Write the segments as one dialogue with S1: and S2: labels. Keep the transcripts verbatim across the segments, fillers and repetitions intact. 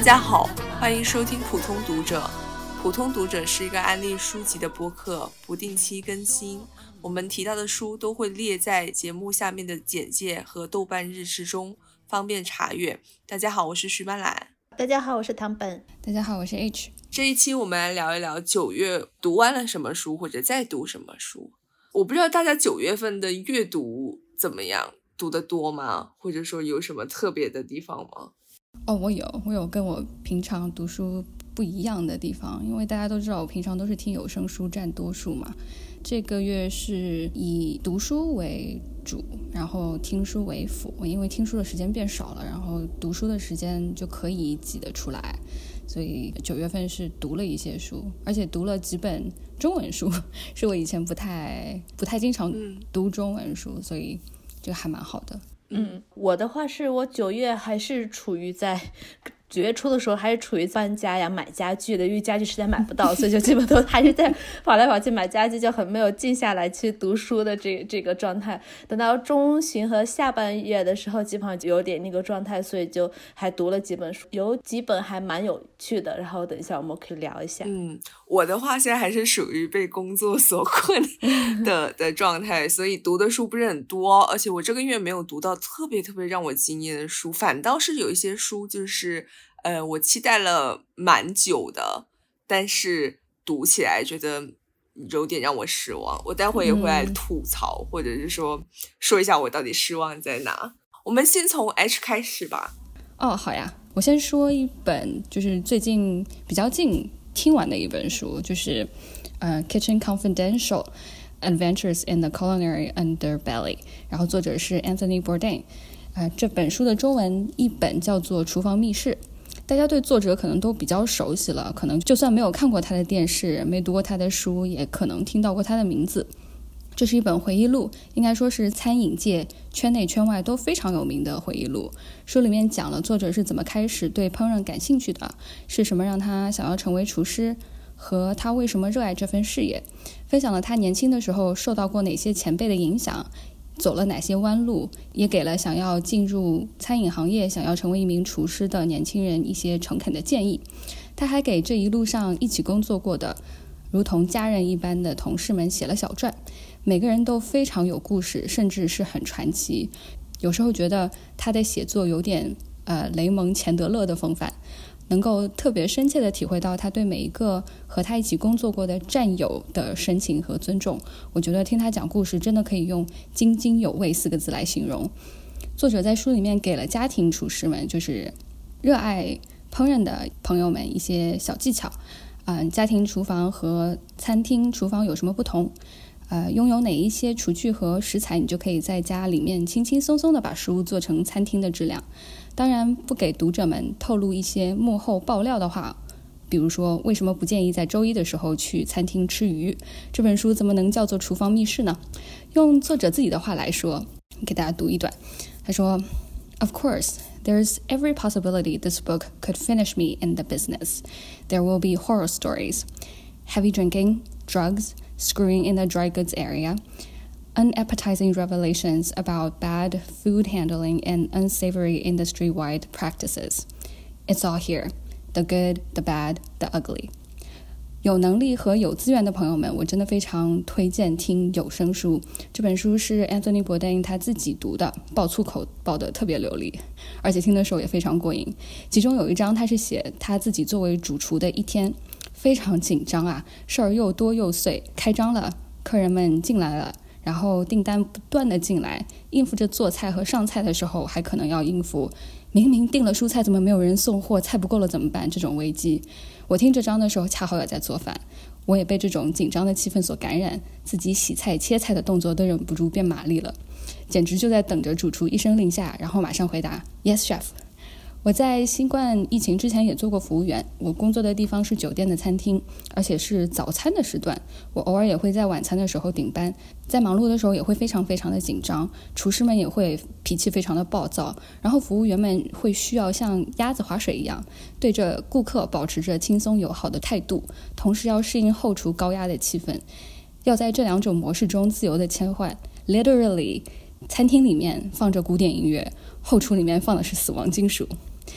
S1: 家好，欢迎收听普通读者。普通读者是一个安利书籍的播客，不定期更新。我们提到的书都会列在节目下面的简介和豆瓣日志中，方便查阅。大家好，我是徐曼兰。
S2: 大家好，我是唐本。
S3: 大家好，我是 H。
S1: 这一期我们来聊一聊九月读完了什么书，或者在读什么书。我不知道大家九月份的阅读怎么样，读得多吗？或者说有什么特别的地方吗？
S3: 哦，我有，我有跟我平常读书不一样的地方，因为大家都知道我平常都是听有声书占多数嘛。这个月是以读书为主，然后听书为辅，因为听书的时间变少了，然后读书的时间就可以挤得出来，所以九月份是读了一些书，而且读了几本中文书，是我以前不太不太经常读中文书，所以这个还蛮好的。
S2: 嗯，我的话是我九月还是处于在九月初的时候还是处于搬家呀买家具的，因为家具实在买不到，所以就基本都还是在跑来跑去买家具，就很没有静下来去读书的这这个状态。等到中旬和下半月的时候基本上就有点那个状态，所以就还读了几本书，有几本还蛮有趣的，然后等一下我们可以聊一下。
S1: 嗯，我的话现在还是属于被工作所困的的状态，所以读的书不是很多，而且我这个月没有读到特别特别让我惊艳的书，反倒是有一些书就是呃，我期待了蛮久的，但是读起来觉得有点让我失望。我待会也会来吐槽、嗯、或者是说说一下我到底失望在哪。我们先从 H 开始吧。
S3: 哦，好呀，我先说一本就是最近比较近听完的一本书，就是呃 Kitchen Confidential Adventures in the Culinary Underbelly， 然后作者是 Anthony Bourdain。呃，这本书的中文译本叫做《厨房秘事》，大家对作者可能都比较熟悉了，可能就算没有看过他的电视，没读过他的书，也可能听到过他的名字。这是一本回忆录，应该说是餐饮界圈内圈外都非常有名的回忆录。书里面讲了作者是怎么开始对烹饪感兴趣的，是什么让他想要成为厨师，和他为什么热爱这份事业，分享了他年轻的时候受到过哪些前辈的影响，走了哪些弯路，也给了想要进入餐饮行业想要成为一名厨师的年轻人一些诚恳的建议。他还给这一路上一起工作过的如同家人一般的同事们写了小传，每个人都非常有故事，甚至是很传奇。有时候觉得他的写作有点呃雷蒙钱德勒的风范，能够特别深切地体会到他对每一个和他一起工作过的战友的深情和尊重。我觉得听他讲故事真的可以用津津有味四个字来形容。作者在书里面给了家庭厨师们，就是热爱烹饪的朋友们一些小技巧。嗯，家庭厨房和餐厅厨房有什么不同？呃，拥有哪一些厨具和食材，你就可以在家里面轻轻松松的把食物做成餐厅的质量。当然不给读者们透露一些幕后爆料的话，比如说为什么不建议在周一的时候去餐厅吃鱼，这本书怎么能叫做厨房秘事呢？用作者自己的话来说，给大家读一段。他说 Of course, there's every possibility this book could finish me in the business. There will be horror stories, heavy drinking, drugs, screwing in the dry goods area, unappetizing revelations about bad food handling and unsavory industry-wide practices. It's all here, the good, the bad, the ugly. 有能力和有资源的朋友们，我真的非常推荐听有声书。这本书是 Anthony Bourdain 他自己读的，爆粗口爆得特别流利，而且听的时候也非常过瘾。其中有一章他是写他自己作为主厨的一天，非常紧张啊，事儿又多又碎，开张了，客人们进来了，然后订单不断的进来，应付着做菜和上菜的时候，还可能要应付明明订了蔬菜怎么没有人送货，菜不够了怎么办这种危机。我听这章的时候恰好也在做饭，我也被这种紧张的气氛所感染，自己洗菜切菜的动作都忍不住变麻利了，简直就在等着主厨一声令下，然后马上回答 Yes chef。我在新冠疫情之前也做过服务员，我工作的地方是酒店的餐厅，而且是早餐的时段，我偶尔也会在晚餐的时候顶班，在忙碌的时候也会非常非常的紧张，厨师们也会脾气非常的暴躁，然后服务员们会需要像鸭子划水一样对着顾客保持着轻松友好的态度，同时要适应后厨高压的气氛，要在这两种模式中自由的切换。 Literally， 餐厅里面放着古典音乐，后厨里面放的是死亡金属。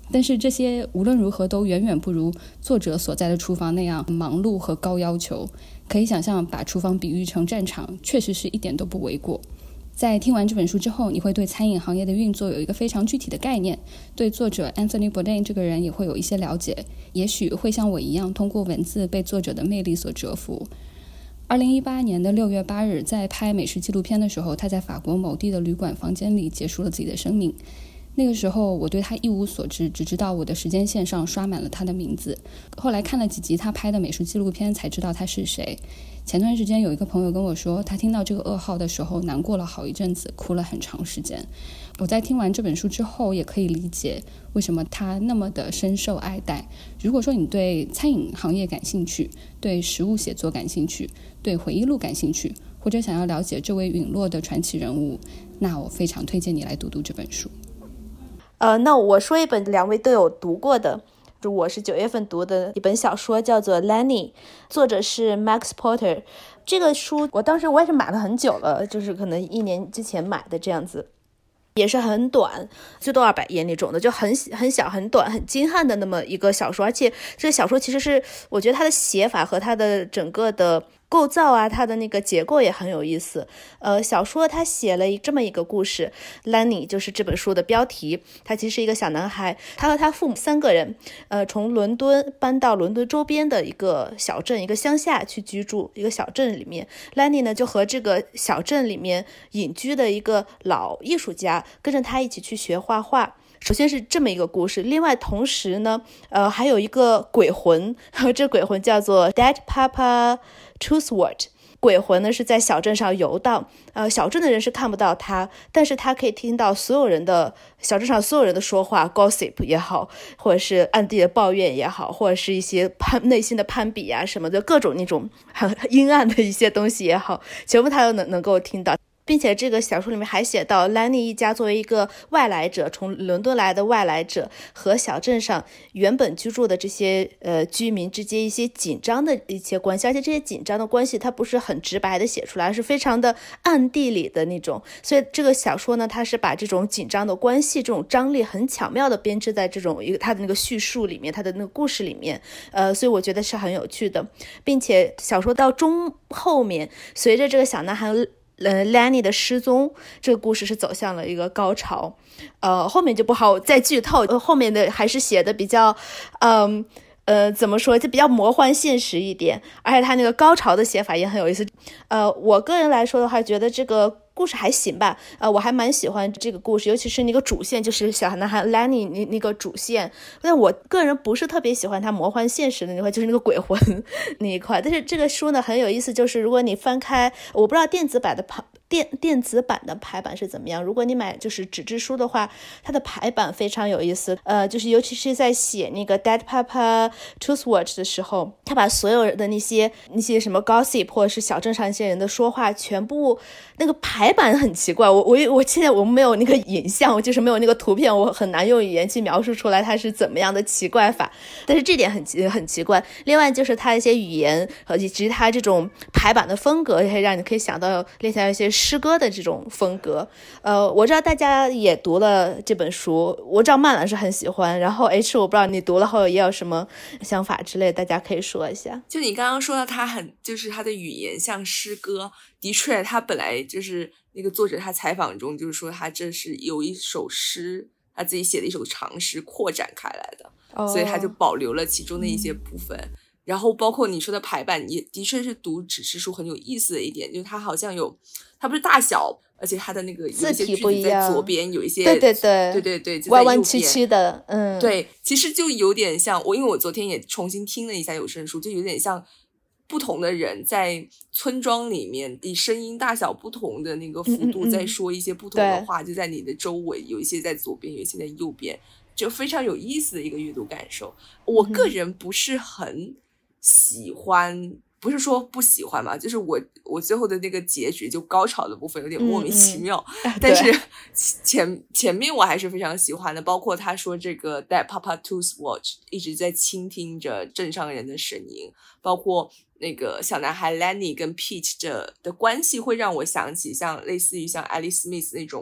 S3: 但是这些无论如何都远远不如作者所在的厨房那样忙碌和高要求。可以想象，把厨房比喻成战场，确实是一点都不为过。在听完这本书之后，你会对餐饮行业的运作有一个非常具体的概念，对作者 Anthony Bourdain 这个人也会有一些了解，也许会像我一样通过文字被作者的魅力所折服。二零一八年的六月八日，在拍美食纪录片的时候，他在法国某地的旅馆房间里结束了自己的生命。那个时候我对他一无所知，只知道我的时间线上刷满了他的名字。后来看了几集他拍的美食纪录片才知道他是谁。前段时间有一个朋友跟我说，他听到这个噩耗的时候难过了好一阵子，哭了很长时间。我在听完这本书之后也可以理解为什么他那么的深受爱戴。如果说你对餐饮行业感兴趣，对食物写作感兴趣，对回忆录感兴趣，或者想要了解这位陨落的传奇人物，那我非常推荐你来读读这本书。
S2: 呃，那我说一本两位都有读过的，就我是九月份读的一本小说，叫做 Lenny， 作者是 Max Porter。这个书我当时我也是买了很久了，就是可能一年之前买的这样子，也是很短，最多二百页那种的，就很很小很短很精悍的那么一个小说。而且这个小说其实是我觉得它的写法和它的整个的构造啊，它的那个结构也很有意思。呃，小说他写了这么一个故事 Lenny 就是这本书的标题。他其实是一个小男孩，他和他父母三个人呃，从伦敦搬到伦敦周边的一个小镇，一个乡下去居住，一个小镇里面。 Lenny 呢就和这个小镇里面隐居的一个老艺术家跟着他一起去学画画。首先是这么一个故事，另外同时呢呃，还有一个鬼魂，这鬼魂叫做 Dead Papa Truthwort。 鬼魂呢是在小镇上游荡，呃，小镇的人是看不到他，但是他可以听到所有人的小镇上所有人的说话 gossip 也好，或者是暗地的抱怨也好，或者是一些攀内心的攀比啊什么的，各种那种很阴暗的一些东西也好，全部他都能能够听到。并且这个小说里面还写到 Lenny 一家作为一个外来者，从伦敦来的外来者，和小镇上原本居住的这些呃居民之间一些紧张的一些关系，而且这些紧张的关系它不是很直白的写出来，是非常的暗地里的那种。所以这个小说呢，它是把这种紧张的关系，这种张力很巧妙的编织在这种一个它的那个叙述里面，它的那个故事里面，呃，所以我觉得是很有趣的。并且小说到中后面，随着这个小男孩呃 Lenny 的失踪，这个故事是走向了一个高潮。呃，后面就不好再剧透，呃，后面的还是写的比较，嗯呃，怎么说，就比较魔幻现实一点，而且他那个高潮的写法也很有意思。呃，我个人来说的话，觉得这个故事还行吧，呃，我还蛮喜欢这个故事，尤其是那个主线，就是小男孩 Lenny 那那个主线。但我个人不是特别喜欢他魔幻现实的那块，就是那个鬼魂那一块。但是这个书呢很有意思，就是如果你翻开，我不知道电子版的电电子版的排版是怎么样，如果你买就是纸质书的话，它的排版非常有意思。呃，就是尤其是在写那个 Dead Papa Truthwort 的时候，他把所有的那些那些什么 gossip 或者是小镇上一些人的说话，全部那个排版很奇怪。我我我现在我们没有那个影像，就是没有那个图片，我很难用语言去描述出来它是怎么样的奇怪法。但是这点很很奇怪。另外就是它一些语言和以及它这种排版的风格，可以让你可以想到联想一些诗歌的这种风格。呃，我知道大家也读了这本书，我知道曼兰是很喜欢，然后 H 我不知道你读了后也有什么想法之类，大家可以说一下。
S1: 就你刚刚说到他很就是他的语言像诗歌，的确他本来就是那个作者他采访中就是说他这是有一首诗，他自己写的一首长诗扩展开来的，哦，所以他就保留了其中的一些部分。嗯，然后包括你说的排版也的确是读纸质书很有意思的一点，就是它好像有它不是大小，而且它的那个有一些句子在左边，有一些
S2: 对对对
S1: 对对对
S2: 弯弯曲曲的，嗯，
S1: 对，其实就有点像我，因为我昨天也重新听了一下有声书，就有点像不同的人在村庄里面以声音大小不同的那个幅度在说一些不同的话，嗯嗯嗯，就在你的周围，有一些在左边，有一些在右边，就非常有意思的一个阅读感受。我个人不是很喜欢，不是说不喜欢嘛，就是我我最后的那个结局就高潮的部分有点莫名其妙，嗯嗯，但是前前面我还是非常喜欢的，包括他说这个 Dead Papa Truthwort 一直在倾听着镇上人的声音，包括那个小男孩 Lenny 跟 Pete 的的关系会让我想起像类似于像 Alice Smith 那种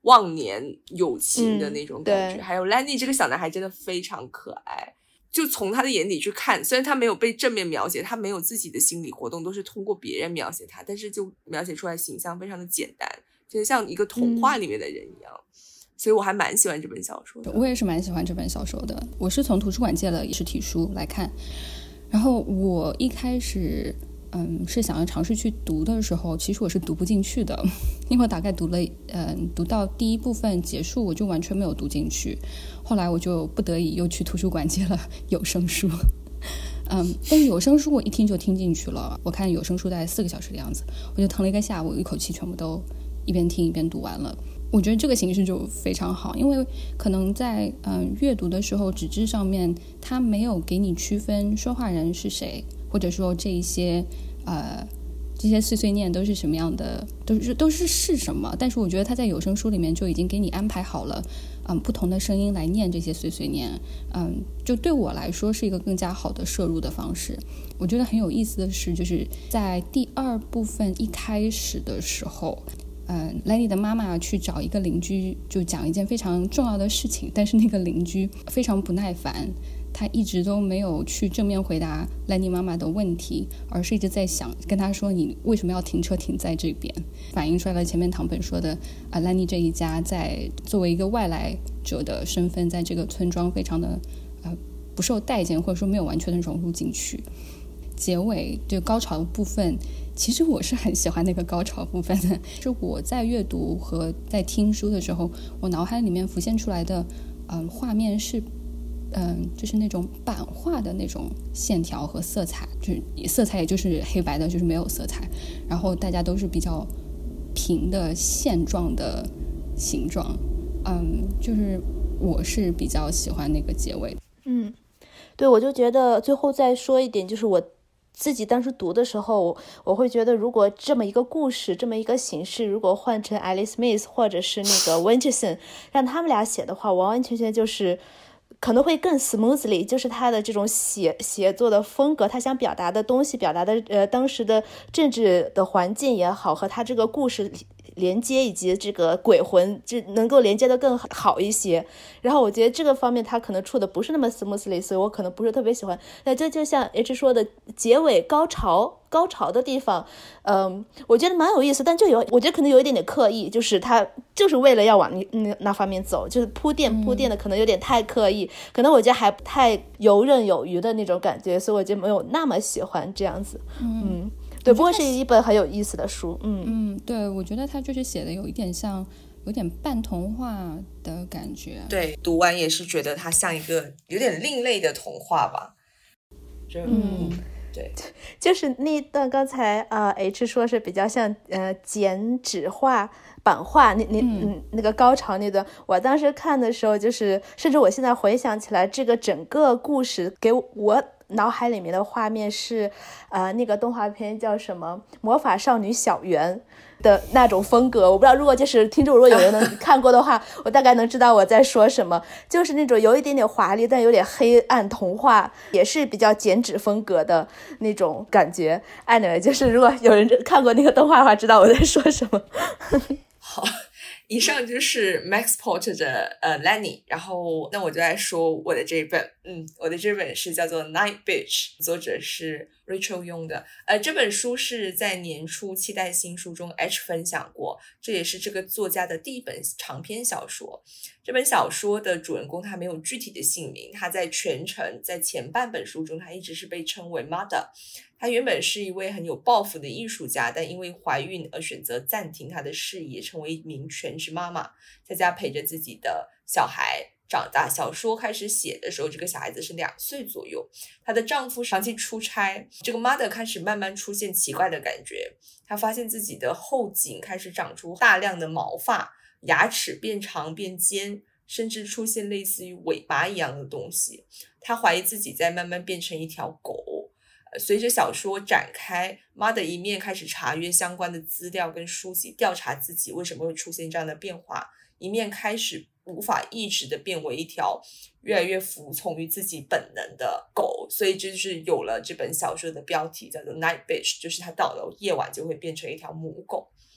S1: 忘年友情的那种感觉、
S2: 嗯、
S1: 还有 Lenny 这个小男孩真的非常可爱，就从他的眼底去看，虽然他没有被正面描写，他没有自己的心理活动，都是通过别人描写他，但是就描写出来形象非常的简单，就像一个童话里面的人一样、嗯、所以我还蛮喜欢这本小说的。
S3: 我也是蛮喜欢这本小说的，我是从图书馆借了实体书来看，然后我一开始嗯是想要尝试去读的时候，其实我是读不进去的，因为我大概读了嗯读到第一部分结束，我就完全没有读进去，后来我就不得已又去图书馆借了有声书嗯，但是有声书我一听就听进去了，我看有声书大概四个小时的样子，我就腾了一个下午，一口气全部都一边听一边读完了。我觉得这个形式就非常好，因为可能在嗯阅读的时候纸质上面它没有给你区分说话人是谁，或者说这一些呃这些碎碎念都是什么样的，都是都是是什么，但是我觉得它在有声书里面就已经给你安排好了嗯不同的声音来念这些碎碎念，嗯就对我来说是一个更加好的摄入的方式。我觉得很有意思的是，就是在第二部分一开始的时候嗯 Lenny 的妈妈去找一个邻居，就讲一件非常重要的事情，但是那个邻居非常不耐烦，他一直都没有去正面回答 Lenny 妈妈的问题，而是一直在想跟他说你为什么要停车停在这边，反映出来了前面唐本说的啊 Lenny 这一家在作为一个外来者的身份，在这个村庄非常的呃不受待见，或者说没有完全的融入进去。结尾就高潮的部分，其实我是很喜欢那个高潮部分的，是我在阅读和在听书的时候，我脑海里面浮现出来的嗯画面是嗯就是那种版画的那种线条和色彩，就是色彩也就是黑白的，就是没有色彩，然后大家都是比较平的线状的形状，嗯就是我是比较喜欢那个结尾。
S2: 嗯，对，我就觉得最后再说一点，就是我自己当时读的时候，我会觉得如果这么一个故事，这么一个形式，如果换成 Alice Smith 或者是那个 Winterson 让他们俩写的话，完完全全就是可能会更 smoothly， 就是他的这种写写作的风格，他想表达的东西，表达的呃当时的政治的环境也好，和他这个故事连接以及这个鬼魂就能够连接的更好一些。然后我觉得这个方面他可能处的不是那么 smoothly， 所以我可能不是特别喜欢。那这就像 H 说的结尾高潮高潮的地方，嗯，我觉得蛮有意思，但就有我觉得可能有一点点刻意，就是他就是为了要往那那方面走，就是铺垫铺垫的可能有点太刻意、嗯、可能我觉得还不太游刃有余的那种感觉，所以我就没有那么喜欢这样子。 嗯, 嗯对，不过是一本很有意思的书。嗯
S3: 嗯，对，我觉得他就是写的有一点像有点半童话的感觉。
S1: 对，读完也是觉得它像一个有点另类的童话吧。
S2: 嗯，对，就是那段刚才啊、呃、H 说是比较像呃剪纸画版画那那嗯那个高潮那段，我当时看的时候就是甚至我现在回想起来，这个整个故事给我脑海里面的画面是呃那个动画片叫什么魔法少女小圆的那种风格。我不知道如果就是听众如果有人能看过的话我大概能知道我在说什么，就是那种有一点点华丽但有点黑暗童话，也是比较剪纸风格的那种感觉。anyway， 就是如果有人看过那个动画的话知道我在说什么。
S1: 好，以上就是 Max Porter 的呃 Lenny， 然后那我就来说我的这一本，嗯，我的这本是叫做 Night Beach， 作者是 Rachel Young 的。呃，这本书是在年初期待新书中 H 分享过，这也是这个作家的第一本长篇小说。这本小说的主人公他没有具体的姓名，他在全程在前半本书中他一直是被称为 Mother。她原本是一位很有抱负的艺术家，但因为怀孕而选择暂停她的事业，成为一名全职妈妈，在家陪着自己的小孩长大。小说开始写的时候，这个小孩子是两岁左右。她的丈夫长期出差，这个 mother 开始慢慢出现奇怪的感觉，她发现自己的后颈开始长出大量的毛发，牙齿变长变尖，甚至出现类似于尾巴一样的东西。她怀疑自己在慢慢变成一条狗。随着小说展开，妈的一面开始查阅相关的资料跟书籍，调查自己为什么会出现这样的变化，一面开始无法抑制的变为一条越来越服从于自己本能的狗。所以这就是有了这本小说的标题叫做 Night Beach， 就是它到了夜晚就会变成一条母狗。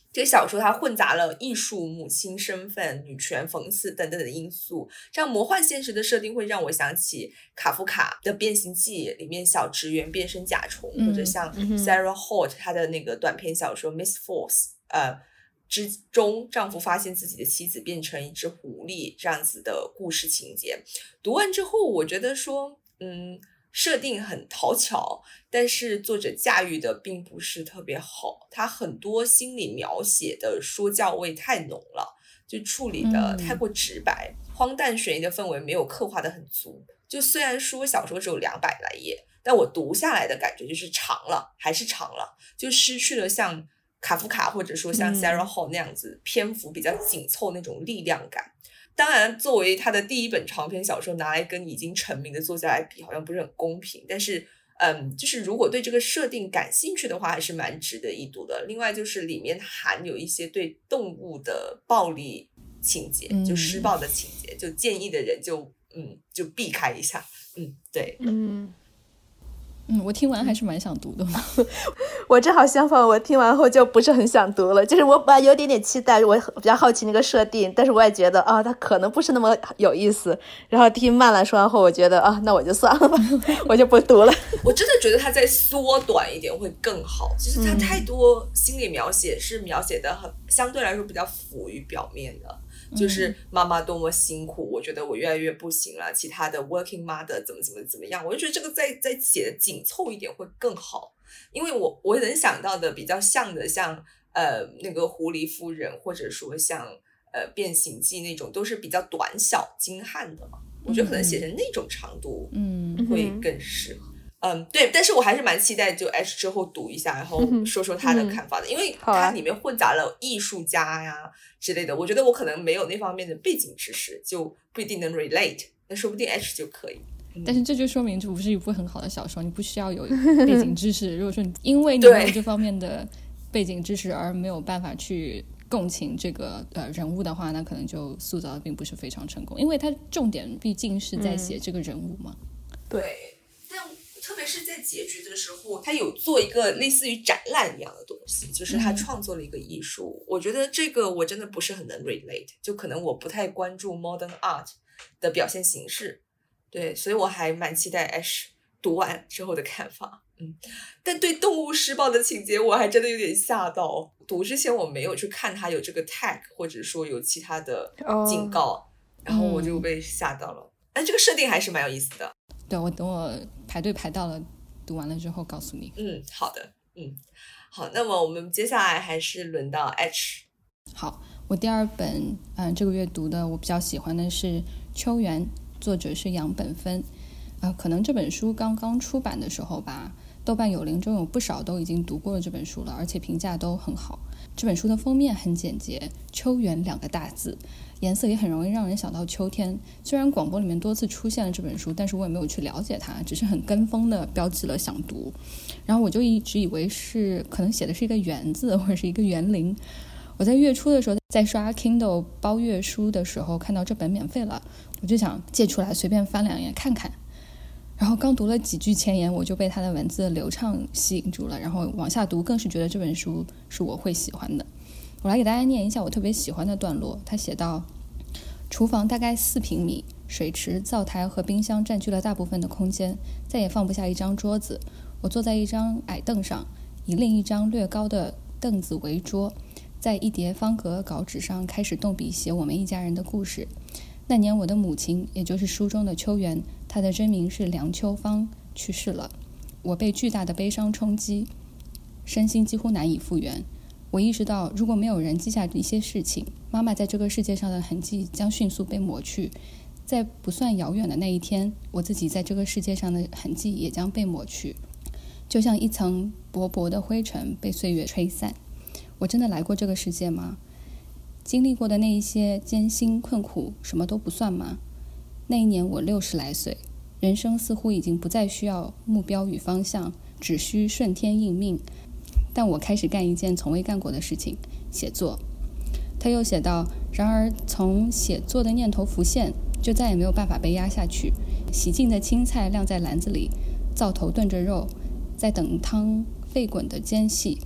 S1: 这个小说它混杂了艺术、母亲身份、女权、讽刺等等的因素，这样魔幻现实的设定会让我想起卡夫卡的《变形记》里面小职员变身甲虫，嗯、或者像 Sarah Holt 她的那个短篇小说 Miss Force 呃之中，丈夫发现自己的妻子变成一只狐狸这样子的故事情节。读完之后我觉得说嗯设定很讨巧，但是作者驾驭的并不是特别好，他很多心理描写的说教味太浓了，就处理的太过直白、嗯、荒诞悬疑的氛围没有刻画的很足。就虽然说小说只有两百来页，但我读下来的感觉就是长了，还是长了，就失去了像卡夫卡或者说像 Sarah Hall 那样子篇幅比较紧凑那种力量感。当然作为他的第一本长篇小说拿来跟已经成名的作家来比好像不是很公平，但是嗯，就是如果对这个设定感兴趣的话还是蛮值得一读的。另外就是里面含有一些对动物的暴力情节，就施暴的情节、嗯、就建议的人就嗯就避开一下。嗯，对，
S2: 嗯
S3: 嗯，我听完还是蛮想读的。
S2: 我正好相反，我听完后就不是很想读了。就是我本来有点点期待，我比较好奇那个设定，但是我也觉得啊，它可能不是那么有意思。然后听曼兰说完后，我觉得啊，那我就算了吧，我就不读了。
S1: 我真的觉得它再缩短一点会更好。其实它太多心理描写是描写的很、嗯、相对来说比较浮于表面的。就是妈妈多么辛苦、嗯、我觉得我越来越不行了，其他的 working mother 怎么怎么怎么样，我就觉得这个再再写的紧凑一点会更好。因为我我能想到的比较像的像呃那个狐狸夫人或者说像呃变形记那种都是比较短小精悍的嘛，我觉得可能写成那种长度嗯会更适合。嗯，对，但是我还是蛮期待就 H 之后读一下，然后说说他的看法的、嗯、因为它里面混杂了艺术家呀之类的、啊、我觉得我可能没有那方面的背景知识，就不一定能 relate， 那说不定 H 就可以、嗯、
S3: 但是这就说明这不是一部很好的小说，你不需要有背景知识如果说你因为你没有这方面的背景知识而没有办法去共情这个呃人物的话，那可能就塑造的并不是非常成功，因为它重点毕竟是在写这个人物嘛、
S1: 嗯、对，特别是在结局的时候他有做一个类似于展览一样的东西，就是他创作了一个艺术、嗯、我觉得这个我真的不是很能 relate， 就可能我不太关注 modern art 的表现形式，对，所以我还蛮期待 Ash 读完之后的看法。嗯，但对动物施暴的情节我还真的有点吓到，读之前我没有去看他有这个 tag 或者说有其他的警告、oh. 然后我就被吓到了、嗯、但这个设定还是蛮有意思的。
S3: 对，我等我排队排到了读完了之后告诉你。
S1: 嗯，好的。嗯，好，那么我们接下来还是轮到 H。
S3: 好，我第二本嗯，这个月读的我比较喜欢的是秋园，作者是杨本芬、呃、可能这本书刚刚出版的时候吧，豆瓣有灵中有不少都已经读过了这本书了，而且评价都很好。这本书的封面很简洁，秋园两个大字，颜色也很容易让人想到秋天。虽然广播里面多次出现了这本书，但是我也没有去了解它，只是很跟风的标记了想读。然后我就一直以为是可能写的是一个园字或者是一个园林。我在月初的时候在刷 Kindle 包月书的时候看到这本免费了，我就想借出来随便翻两眼看看。然后刚读了几句前言，我就被它的文字的流畅吸引住了，然后往下读更是觉得这本书是我会喜欢的。我来给大家念一下我特别喜欢的段落。他写道，厨房大概四平米，水池、灶台和冰箱占据了大部分的空间，再也放不下一张桌子。我坐在一张矮凳上，以另一张略高的凳子为桌，在一叠方格稿纸上开始动笔写我们一家人的故事。那年我的母亲，也就是书中的秋园，她的真名是梁秋芳，去世了。我被巨大的悲伤冲击，身心几乎难以复原。我意识到，如果没有人记下一些事情，妈妈在这个世界上的痕迹将迅速被抹去。在不算遥远的那一天，我自己在这个世界上的痕迹也将被抹去，就像一层薄薄的灰尘被岁月吹散。我真的来过这个世界吗？经历过的那一些艰辛困苦什么都不算吗？那一年我六十来岁，人生似乎已经不再需要目标与方向，只需顺天应命。但我开始干一件从未干过的事情，写作。他又写道，然而从写作的念头浮现，就再也没有办法被压下去。洗净的青菜晾在篮子里，灶头炖着肉，在等汤沸滚的间隙，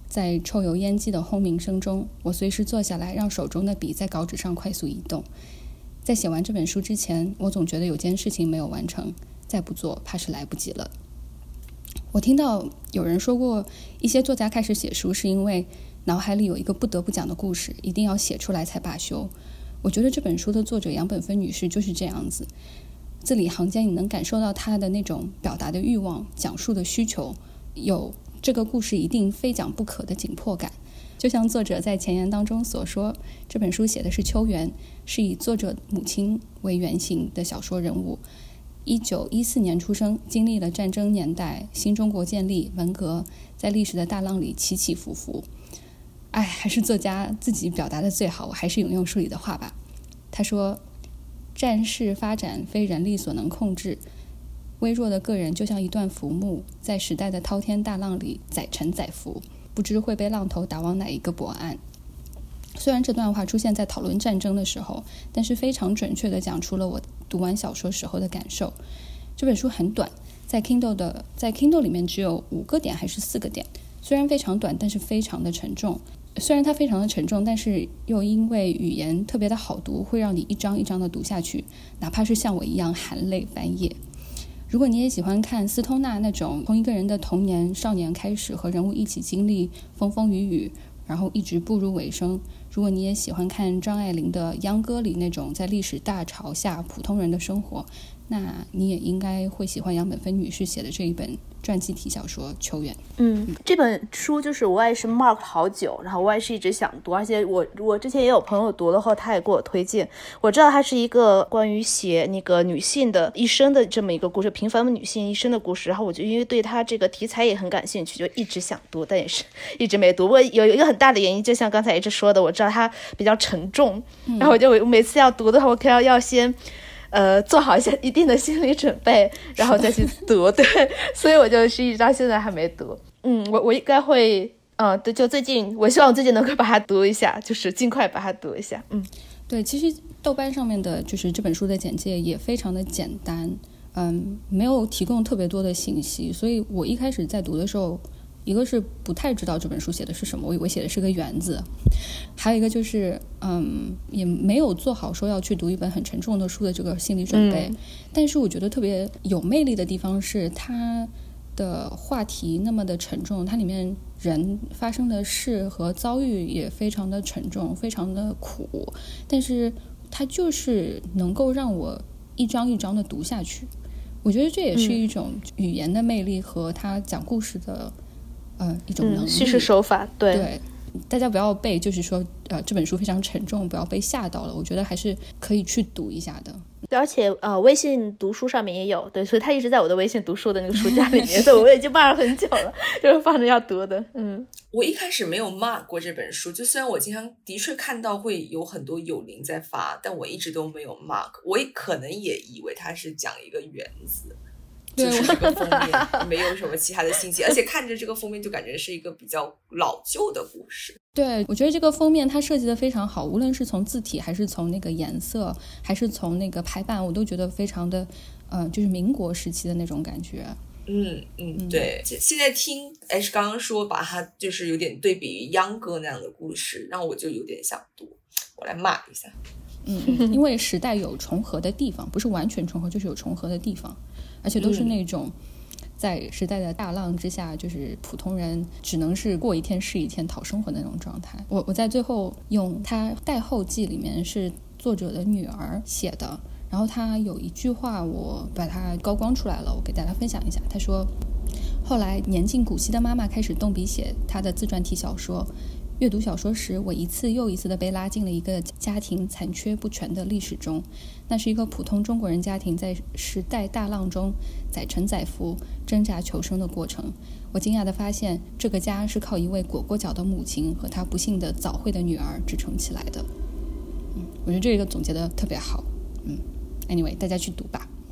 S3: 在臭油烟机的轰鸣声中，我随时坐下来，让手中的笔在稿纸上快速移动。在写完这本书之前，我总觉得有件事情没有完成，再不做怕是来不及了。我听到有人说过，一些作家开始写书是因为脑海里有一个不得不讲的故事，一定要写出来才罢休。我觉得这本书的作者杨本芬女士就是这样子，字里行间你能感受到她的那种表达的欲望，讲述的需求，有这个故事一定非讲不可的紧迫感。就像作者在前言当中所说，这本书写的是秋元，是以作者母亲为原型的小说人物。一九一四年出生，经历了战争年代、新中国建立、文革，在历史的大浪里起起伏伏。哎，还是作家自己表达的最好，我还是引用书里的话吧。他说，战事发展非人力所能控制，微弱的个人就像一段浮木，在时代的滔天大浪里载沉载浮，不知会被浪头打往哪一个泊岸。虽然这段话出现在讨论战争的时候，但是非常准确地讲出了我读完小说时候的感受。这本书很短，在 Kindle 的在 Kindle 里面只有五个点还是四个点，虽然非常短，但是非常的沉重。虽然它非常的沉重，但是又因为语言特别的好读，会让你一章一章的读下去，哪怕是像我一样含泪翻页。如果你也喜欢看斯通纳那种从一个人的童年少年开始，和人物一起经历风风雨雨，然后一直步入尾声，如果你也喜欢看张爱玲的《秧歌》里那种在历史大潮下普通人的生活，那你也应该会喜欢杨本芬女士写的这一本传记体小说《秋园》。
S2: 嗯，这本书就是我也是 mark 好久，然后我也是一直想读，而且我我之前也有朋友读了后，他也给我推荐。我知道它是一个关于写那个女性的一生的这么一个故事，平凡的女性一生的故事。然后我就因为对它这个题材也很感兴趣，就一直想读，但也是一直没读。我有一个很大的原因，就像刚才一直说的，我知道它比较沉重，然后我就每次要读的话，我可能要先。呃，做好一些一定的心理准备，然后再去读。对，所以我就是一直到现在还没读。嗯，我我应该会，嗯，对，就最近，我希望最近能够把它读一下，就是尽快把它读一下。嗯，
S3: 对，其实豆瓣上面的就是这本书的简介也非常的简单，嗯，没有提供特别多的信息，所以我一开始在读的时候，一个是不太知道这本书写的是什么，我以为写的是个园子，还有一个就是嗯，也没有做好说要去读一本很沉重的书的这个心理准备、嗯、但是我觉得特别有魅力的地方是它的话题那么的沉重，它里面人发生的事和遭遇也非常的沉重，非常的苦，但是它就是能够让我一章一章的读下去。我觉得这也是一种语言的魅力和他讲故事的呃，一种能力、嗯、
S2: 叙事手法。对
S3: 对，大家不要被就是说呃这本书非常沉重，不要被吓到了，我觉得还是可以去读一下的。
S2: 而且呃，微信读书上面也有，对，所以他一直在我的微信读书的那个书架里面，所以我已经放了很久了，就是放着要读的。嗯，
S1: 我一开始没有 mark 过这本书，就虽然我经常的确看到会有很多友邻在发，但我一直都没有 mark， 我也可能也以为它是讲一个园子。就是这个封面没有什么其他的信息，而且看着这个封面就感觉是一个比较老旧的故事。
S3: 对，我觉得这个封面它设计的非常好，无论是从字体还是从那个颜色还是从那个排版，我都觉得非常的呃，就是民国时期的那种感觉。
S1: 嗯嗯，对。现在听 H 刚刚说把它就是有点对比于秧歌那样的故事，让我就有点想读，我来骂一下。
S3: 嗯，因为时代有重合的地方，不是完全重合，就是有重合的地方，而且都是那种在时代的大浪之下，就是普通人只能是过一天是一天讨生活的那种状态。我我在最后用他带后记里面是作者的女儿写的，然后他有一句话我把它高光出来了，我给大家分享一下。他说，后来年近古稀的妈妈开始动笔写她的自传体小说，阅读小说时，我一次又一次地被拉进了一个家庭残缺不全的历史中。那是一个普通中国人家庭在时代大浪中载沉载浮、挣扎求生的过程。我惊讶地发现，这个家是靠一位裹过脚的母亲和她不幸的早慧的女儿支撑起来的。嗯，我觉得这个总结得特别好。嗯 ，anyway， 大家去读吧。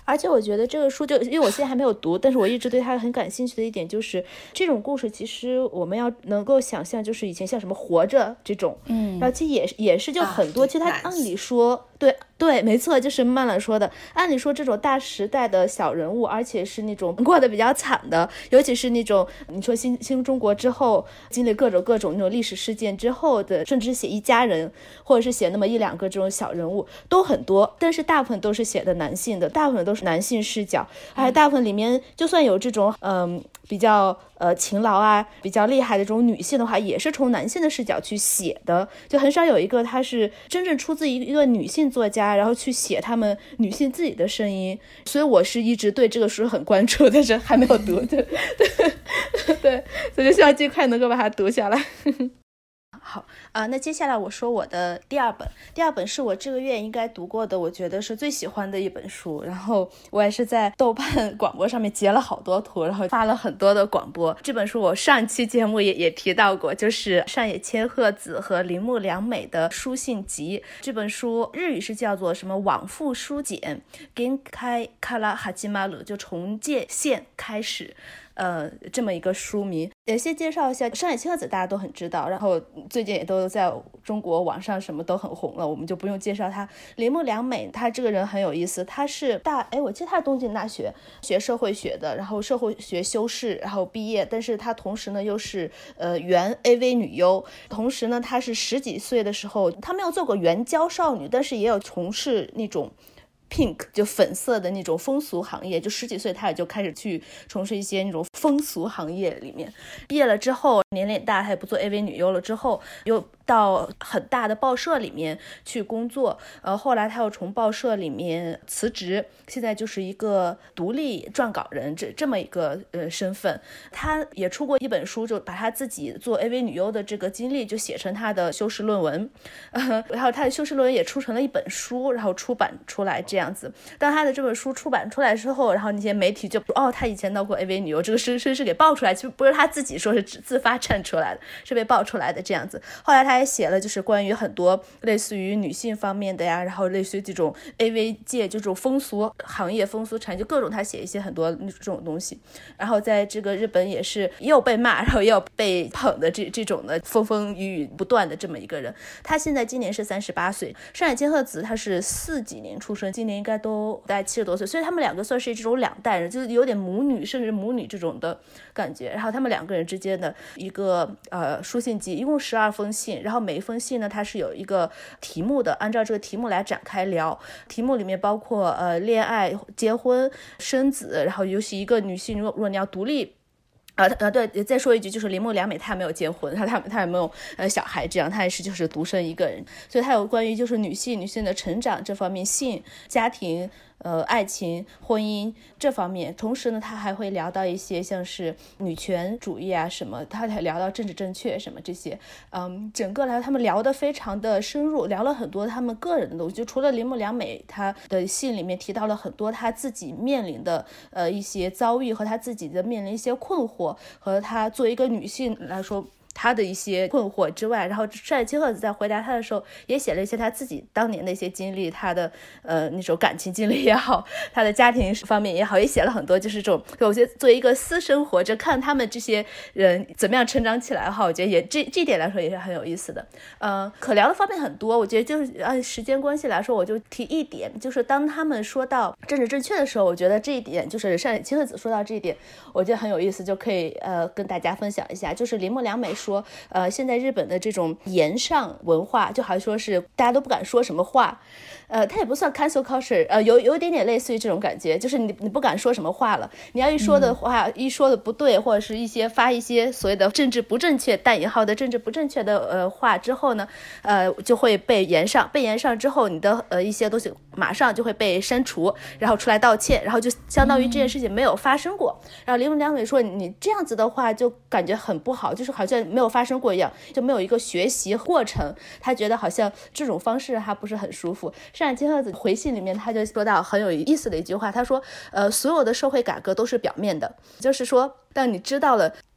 S2: 而且我觉得这个书就因为我现在还没有读，但是我一直对它很感兴趣的一点就是这种故事其实我们要能够想象，就是以前像什么活着这种，嗯，然后其实也也是就很多、啊、其实它按理说对对没错，就是曼兰说的，按理说这种大时代的小人物，而且是那种过得比较惨的，尤其是那种你说新新中国之后经历各种各种那种历史事件之后的，甚至写一家人或者是写那么一两个这种小人物都很多，但是大部分都是写的男性的，大部分都是男性视角，还大部分里面就算有这种嗯比较呃勤劳啊比较厉害的这种女性的话，也是从男性的视角去写的，就很少有一个她是真正出自一个女性作家然后去写她们女性自己的声音，所以我是一直对这个书很关注，但是还没有读，对对对，所以就希望尽快能够把它读下来。好啊、呃，那接下来我说我的第二本，第二本是我这个月应该读过的，我觉得是最喜欢的一本书，然后我也是在豆瓣广播上面截了好多图，然后发了很多的广播。这本书我上期节目也也提到过，就是上野千鹤子和铃木良美的书信集。这本书日语是叫做什么往复书简 Genkai Kara Hajimaru， 就从界限开始呃，这么一个书名。也先介绍一下上野千鹤子，大家都很知道，然后最近也都在中国网上什么都很红了，我们就不用介绍他。铃木良美他这个人很有意思，他是大哎，我记得他是东京大学学社会学的，然后社会学修士，然后毕业，但是他同时呢又是呃原 A V 女优，同时呢他是十几岁的时候，他没有做过援交少女，但是也有从事那种pink 就粉色的那种风俗行业，就十几岁他也就开始去从事一些那种风俗行业里面。毕业了之后年龄大，他也不做 A V 女优了，之后又到很大的报社里面去工作，呃，后来他又从报社里面辞职，现在就是一个独立撰稿人这这么一个呃身份。他也出过一本书，就把他自己做 A V 女优的这个经历就写成他的修士论文，呃，然后他的修士论文也出成了一本书，然后出版出来这样子。当他的这本书出版出来之后，然后那些媒体就说哦，他以前当过 A V 女优，这个事实是给爆出来，其实不是他自己说，是自发站出来的，是被爆出来的这样子。后来他还写了就是关于很多类似于女性方面的呀，然后类似于这种 A V 界这种风俗行业风俗产业，就各种他写一些很多这种东西。然后在这个日本也是也有被骂，然后也有被捧的这这种的风风雨雨不断的这么一个人。他现在今年是三十八岁，上野千鹤子他是四几年出生，今年应该都大概七十多岁，所以他们两个算是这种两代人，就是有点母女甚至母女这种的感觉。然后他们两个人之间的一个呃书信集，一共十二封信，然后每一封信呢它是有一个题目的，按照这个题目来展开聊。题目里面包括呃恋爱、结婚、生子，然后尤其一个女性如果你要独立呃呃，对，再说一句，就是铃木良美她没有结婚，她她她也没有呃小孩，这样她也是就是独生一个人，所以她有关于就是女性女性的成长这方面，性、家庭、呃爱情、婚姻这方面。同时呢，她还会聊到一些像是女权主义啊什么，她还聊到政治正确什么这些。嗯，整个来他们聊得非常的深入，聊了很多他们个人的东西。就除了铃木良美她的信里面提到了很多她自己面临的呃一些遭遇和她自己的面临一些困惑。和她作为一个女性来说她的一些困惑之外，然后上野千鹤子在回答她的时候也写了一些她自己当年的一些经历，她的呃那种感情经历也好，她的家庭方面也好，也写了很多，就是这种我觉得作为一个私生活着看他们这些人怎么样成长起来的话，我觉得也这这点来说也是很有意思的。呃，可聊的方面很多，我觉得就是按时间关系来说，我就提一点，就是当他们说到政治正确的时候，我觉得这一点就是上野千鹤子说到这一点，我觉得很有意思，就可以呃跟大家分享一下。就是铃木良美说呃，现在日本的这种言上文化，就好像说是大家都不敢说什么话，呃，它也不算 cancel culture， 呃，有有一点点类似于这种感觉，就是你你不敢说什么话了，你要一说的话，嗯、一说的不对，或者是一些发一些所谓的政治不正确（带引号的政治不正确的）呃话之后呢，呃，就会被言上，被言上之后，你的呃一些东西马上就会被删除，然后出来道歉，然后就相当于这件事情没有发生过。嗯、然后铃木良美说，你这样子的话就感觉很不好，就是好像没有发生过一样，就没有一个学习过程，他觉得好像这种方式还不是很舒服。上野千鹤子回信里面他就说到很有意思的一句话，他说呃，所有的社会改革都是表面的，就是说当你知道了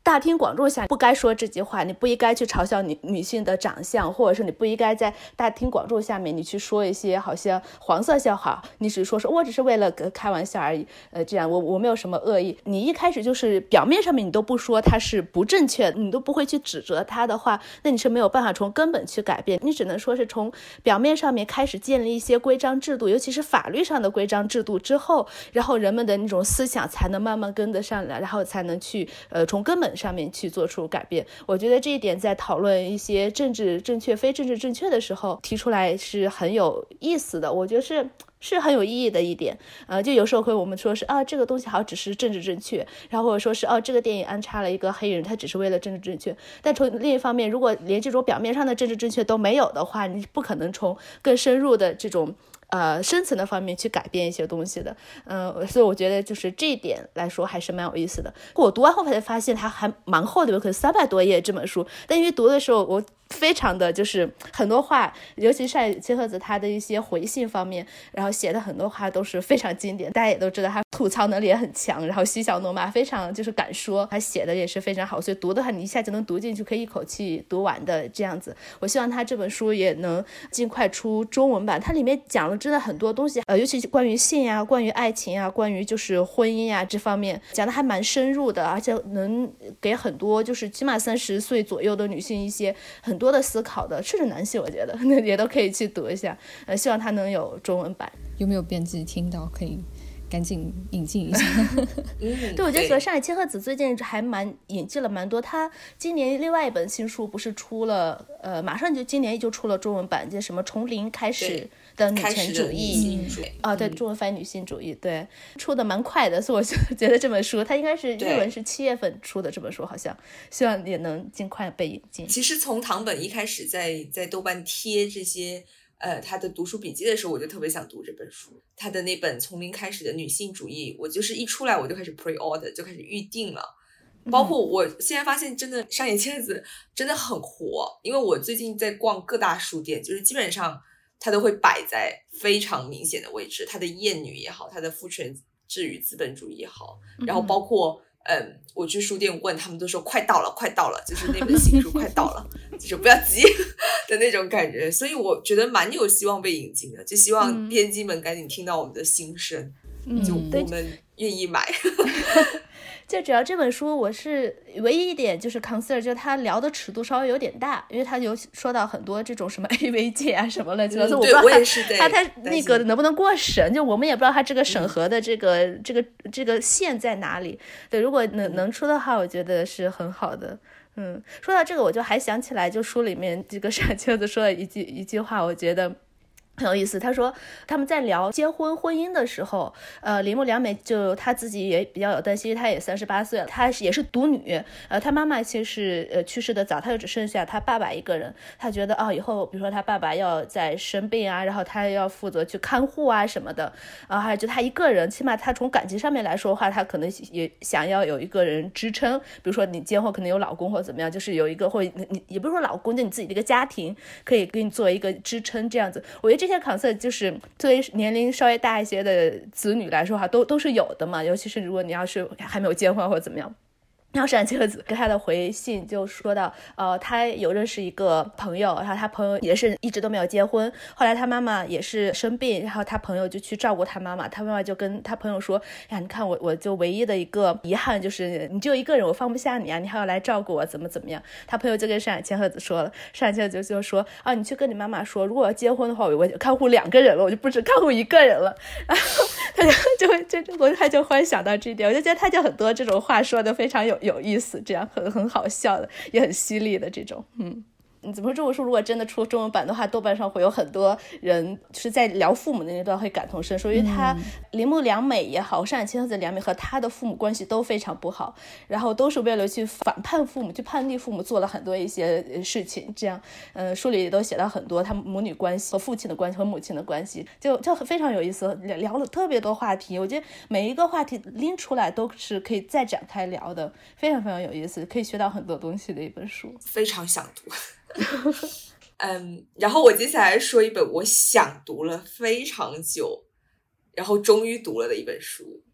S2: 大庭广众下不该说这句话，你不应该去嘲笑女女性的长相，或者是你不应该在大庭广众下面你去说一些好像黄色笑话，你只说说我只是为了开玩笑而已，呃，这样我我没有什么恶意。你一开始就是表面上面你都不说它是不正确，你都不会去指责它的话，那你是没有办法从根本去改变，你只能说是从表面上面开始建立一些规章制度，尤其是法律上的规章制度之后，然后人们的那种思想才能慢慢跟得上来，然后才能去呃从根本上面去做出改变。我觉得这一点在讨论一些政治正确非政治正确的时候提出来是很有意思的，我觉得是是很有意义的一点。呃，就有时候会我们说是啊这个东西好像只是政治正确，然后或者说是哦、啊、这个电影安插了一个黑人，他只是为了政治正确。但从另一方面，如果连这种表面上的政治正确都没有的话，你不可能从更深入的这种呃深层的方面去改变一些东西的。嗯、呃，所以我觉得就是这一点来说还是蛮有意思的。我读完后才发现它还蛮厚的，有可能三百多页这本书，但因为读的时候我非常的就是很多话，尤其是千鹤子他的一些回信方面，然后写的很多话都是非常经典，大家也都知道他吐槽能力也很强，然后嬉笑怒骂非常就是敢说，他写的也是非常好，所以读的话你一下就能读进去，可以一口气读完的这样子。我希望他这本书也能尽快出中文版，它里面讲了真的很多东西，呃，尤其是关于性啊，关于爱情啊，关于就是婚姻啊这方面讲的还蛮深入的，而且能给很多就是起码三十岁左右的女性一些很多的思考的，甚至男性我觉得也都可以去读一下，呃，希望它能有中文版。
S3: 有没有编辑听到可以赶紧引进一下？
S2: 嗯，对，我觉得上海千鹤子最近还蛮引进了蛮多，他今年另外一本新书不是出了，呃，马上就今年就出了中文版，就什么从零开始的女权主义啊、哦，对，中文翻译女性主义，对，出的蛮快的，所以我就觉得这本书它应该是日文是七月份出的这本书，好像希望也能尽快被引进。
S1: 其实从堂本一开始在在豆瓣贴这些呃他的读书笔记的时候，我就特别想读这本书，他的那本从零开始的女性主义，我就是一出来我就开始 pre order 就开始预定了。包括我现在发现真的上野千鹤子真的很活，因为我最近在逛各大书店，就是基本上它都会摆在非常明显的位置，它的厌女也好，它的父权制与资本主义也好，然后包括嗯，我去书店问他们都说快到了快到了，就是那本新书快到了就是不要急的那种感觉，所以我觉得蛮有希望被引进的，就希望编辑们赶紧听到我们的心声、嗯、就我们愿意买
S2: 就主要这本书我是唯一一点就是 concern 就是他聊的尺度稍微有点大，因为他有说到很多这种什么 A V 界啊什么乱七八糟，我不知道他他他那个能不能过审，就我们也不知道他这个审核的这个、嗯、这个这个线在哪里。对，如果能能出的话，我觉得是很好的。嗯，说到这个，我就还想起来，就书里面这个上野千鹤子说了一句一句话，我觉得很有意思。他说他们在聊结婚婚姻的时候，呃，铃木良美就她自己也比较有担心，她也三十八岁了，她也是独女，呃，她妈妈其实呃去世的早，她就只剩下她爸爸一个人。她觉得哦，以后比如说她爸爸要在生病啊，然后她要负责去看护啊什么的，然后还有就她一个人，起码她从感情上面来说的话，她可能也想要有一个人支撑，比如说你结婚可能有老公或怎么样，就是有一个或你也不是说老公，就你自己的一个家庭可以给你做一个支撑这样子。我觉得这些 concept 就是对于年龄稍微大一些的子女来说哈，都都是有的嘛，尤其是如果你要是还没有结婚或者怎么样。然后上野千鹤子跟他的回信就说到，呃，他有认识一个朋友，然后他朋友也是一直都没有结婚，后来他妈妈也是生病，然后他朋友就去照顾他妈妈，他妈妈就跟他朋友说，呀，你看我我就唯一的一个遗憾就是你就一个人，我放不下你啊，你还要来照顾我，怎么怎么样。他朋友就跟上野千鹤子说了，上野千鹤子就说啊，你去跟你妈妈说，如果要结婚的话，我就看护两个人了，我就不止看护一个人了。然后他就就会就我他就忽然想到这一点，我就觉得他就很多这种话说的非常有有意思，这样很很好笑的，也很犀利的这种，嗯。你怎么说这本书如果真的出中文版的话，豆瓣上会有很多人是在聊父母的那段会感同身受，因为他铃木良美也好，上野千鹤子良美和他的父母关系都非常不好，然后都是为了去反叛父母，去叛逆父母，做了很多一些事情，这样呃，书里也都写到很多他们母女关系和父亲的关系和母亲的关系，就就非常有意思，聊了特别多话题，我觉得每一个话题拎出来都是可以再展开聊的，非常非常有意思，可以学到很多东西的一本书，
S1: 非常想读嗯，然后我接下来说一本我想读了非常久然后终于读了的一本书，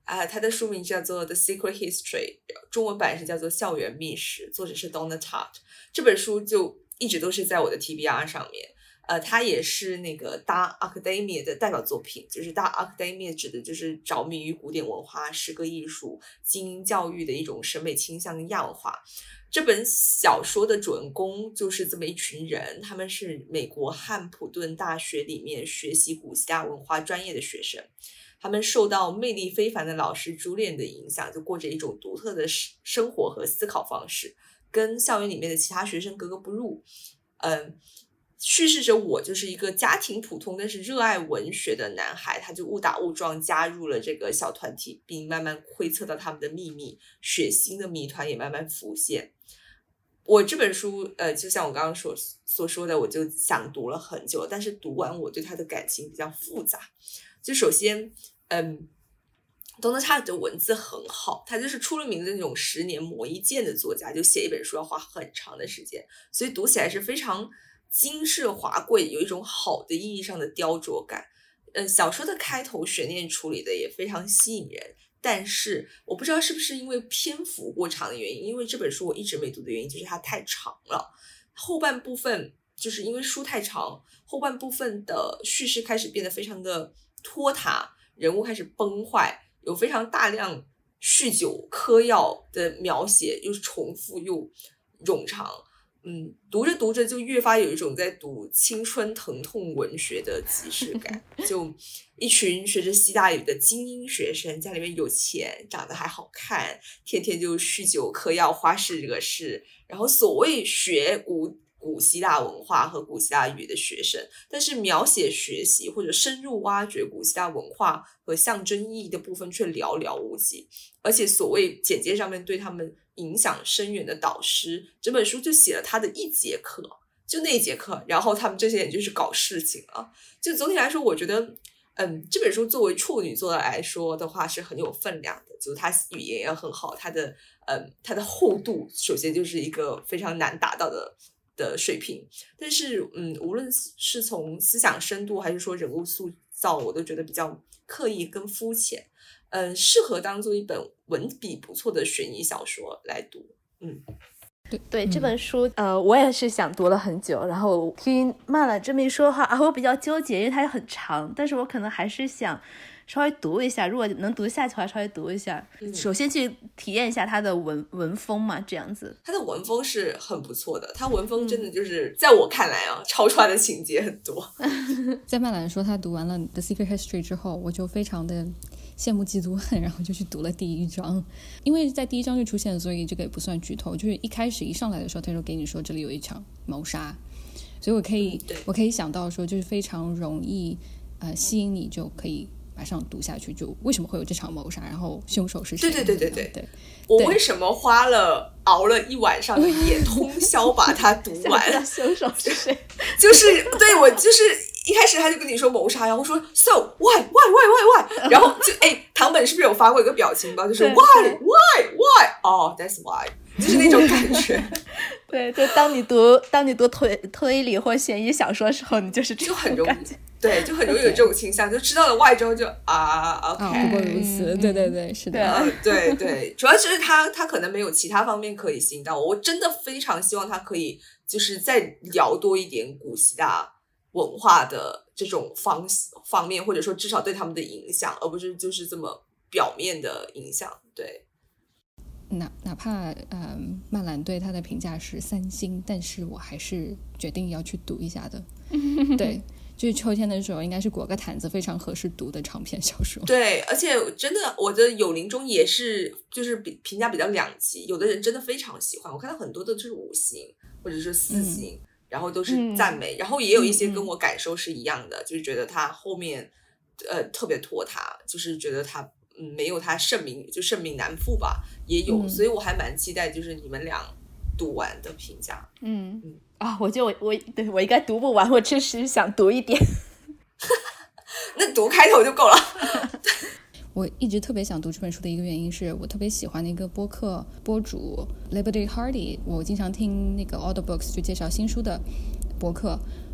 S1: 啊，它的书名叫做 The Secret History， 中文版是叫做校园秘史，作者是 Donna Tartt。 这本书就一直都是在我的 T B R 上面。呃，它也是那个 Dark Academia 的代表作品，就是 Dark Academia 指的就是着迷于古典文化、诗歌艺术、精英教育的一种审美倾向跟亚文化。这本小说的主人公就是这么一群人，他们是美国汉普顿大学里面学习古希腊文化专业的学生，他们受到魅力非凡的老师朱莉安的影响，就过着一种独特的生活和思考方式，跟校园里面的其他学生格格不入。嗯，叙事者我就是一个家庭普通但是热爱文学的男孩，他就误打误撞加入了这个小团体，并慢慢窥测到他们的秘密，血腥的谜团也慢慢浮现。我这本书呃，就像我刚刚所所说的，我就想读了很久，但是读完我对他的感情比较复杂。就首先嗯Donna Tartt的文字很好，他就是出了名的那种十年磨一剑的作家，就写一本书要花很长的时间，所以读起来是非常金饰华贵，有一种好的意义上的雕琢感。呃，小说的开头悬念处理的也非常吸引人，但是我不知道是不是因为篇幅过长的原因，因为这本书我一直没读的原因就是它太长了，后半部分就是因为书太长，后半部分的叙事开始变得非常的拖沓，人物开始崩坏，有非常大量酗酒嗑药的描写，又是重复又冗长。嗯，读着读着就越发有一种在读青春疼痛文学的即视感。就一群学着希腊语的精英学生，家里面有钱，长得还好看，天天就酗酒嗑药花式惹事，然后所谓学古古希腊文化和古希腊语的学生，但是描写学习或者深入挖掘古希腊文化和象征意义的部分却寥寥无几，而且所谓简介上面对他们影响深远的导师，整本书就写了他的一节课，就那一节课，然后他们这些人就是搞事情了。就总体来说我觉得嗯，这本书作为处女作来说的话是很有分量的，就是它语言也很好，它的嗯，它的厚度首先就是一个非常难达到的的水平，但是嗯，无论是从思想深度还是说人物塑造，我都觉得比较刻意跟肤浅，嗯，适合当做一本文笔不错的悬疑小说来读。嗯，
S2: 对对，这本书呃，我也是想读了很久，然后听曼兰这么一说的话啊，我比较纠结，因为它很长，但是我可能还是想稍微读一下，如果能读下去的话稍微读一下、嗯、首先去体验一下它的文文风嘛，这样子。
S1: 它的文风是很不错的，它文风真的就是、嗯、在我看来啊，超出来的情节很多。
S3: 在曼兰说他读完了 The Secret History 之后，我就非常的羡慕嫉妒恨，然后就去读了第一章，因为在第一章就出现，所以这个也不算剧透，就是一开始一上来的时候他就给你说这里有一场谋杀，所以我可以、嗯、我可以想到说就是非常容易呃吸引你，就可以马上读下去，就为什么会有这场谋杀，然后凶手是谁。
S1: 对对对对对
S3: 对，
S1: 我为什么花了熬了一晚上的夜通宵把它读完
S2: 凶手是谁
S1: 就是对，我就是一开始他就跟你说谋杀，然后说 so why why why why why 然后就哎，唐本是不是有发过一个表情包，就是 why why why 哦、oh, that's why， 就是那种感觉
S2: 对，就当你读当你读推推理或悬疑小说的时候，你就是这种
S1: 就很容易
S2: 感觉，
S1: 对，就很容易有这种倾向，就知道了 why 之后就啊 OK、哦、
S3: 不过如此、嗯、对对对是的、
S1: 呃、对对，主要就是他他可能没有其他方面可以吸引到我，我真的非常希望他可以就是再聊多一点古希腊文化的这种方方面，或者说至少对他们的影响，而不是就是这么表面的影响。对，
S3: 哪哪怕呃曼兰对他的评价是三星，但是我还是决定要去读一下的。对，就是秋天的时候应该是裹个毯子非常合适读的长篇小说。
S1: 对，而且真的我的友邻中也是就是比评价比较两极，有的人真的非常喜欢，我看到很多的就是五星或者是四星、嗯，然后都是赞美、嗯、然后也有一些跟我感受是一样的、嗯、就是觉得他后面呃特别拖沓，就是觉得他嗯没有他盛名就盛名难副吧，也有、嗯、所以我还蛮期待就是你们俩读完的评价。
S2: 嗯嗯啊，我觉得我我对我应该读不完，我只是想读一点
S1: 那读开头就够了
S3: 我一直特别想读这本书的一个原因是我特别喜欢的一个播客播主 Liberty Hardy， 我经常听那个 Audiobooks 就介绍新书的播客，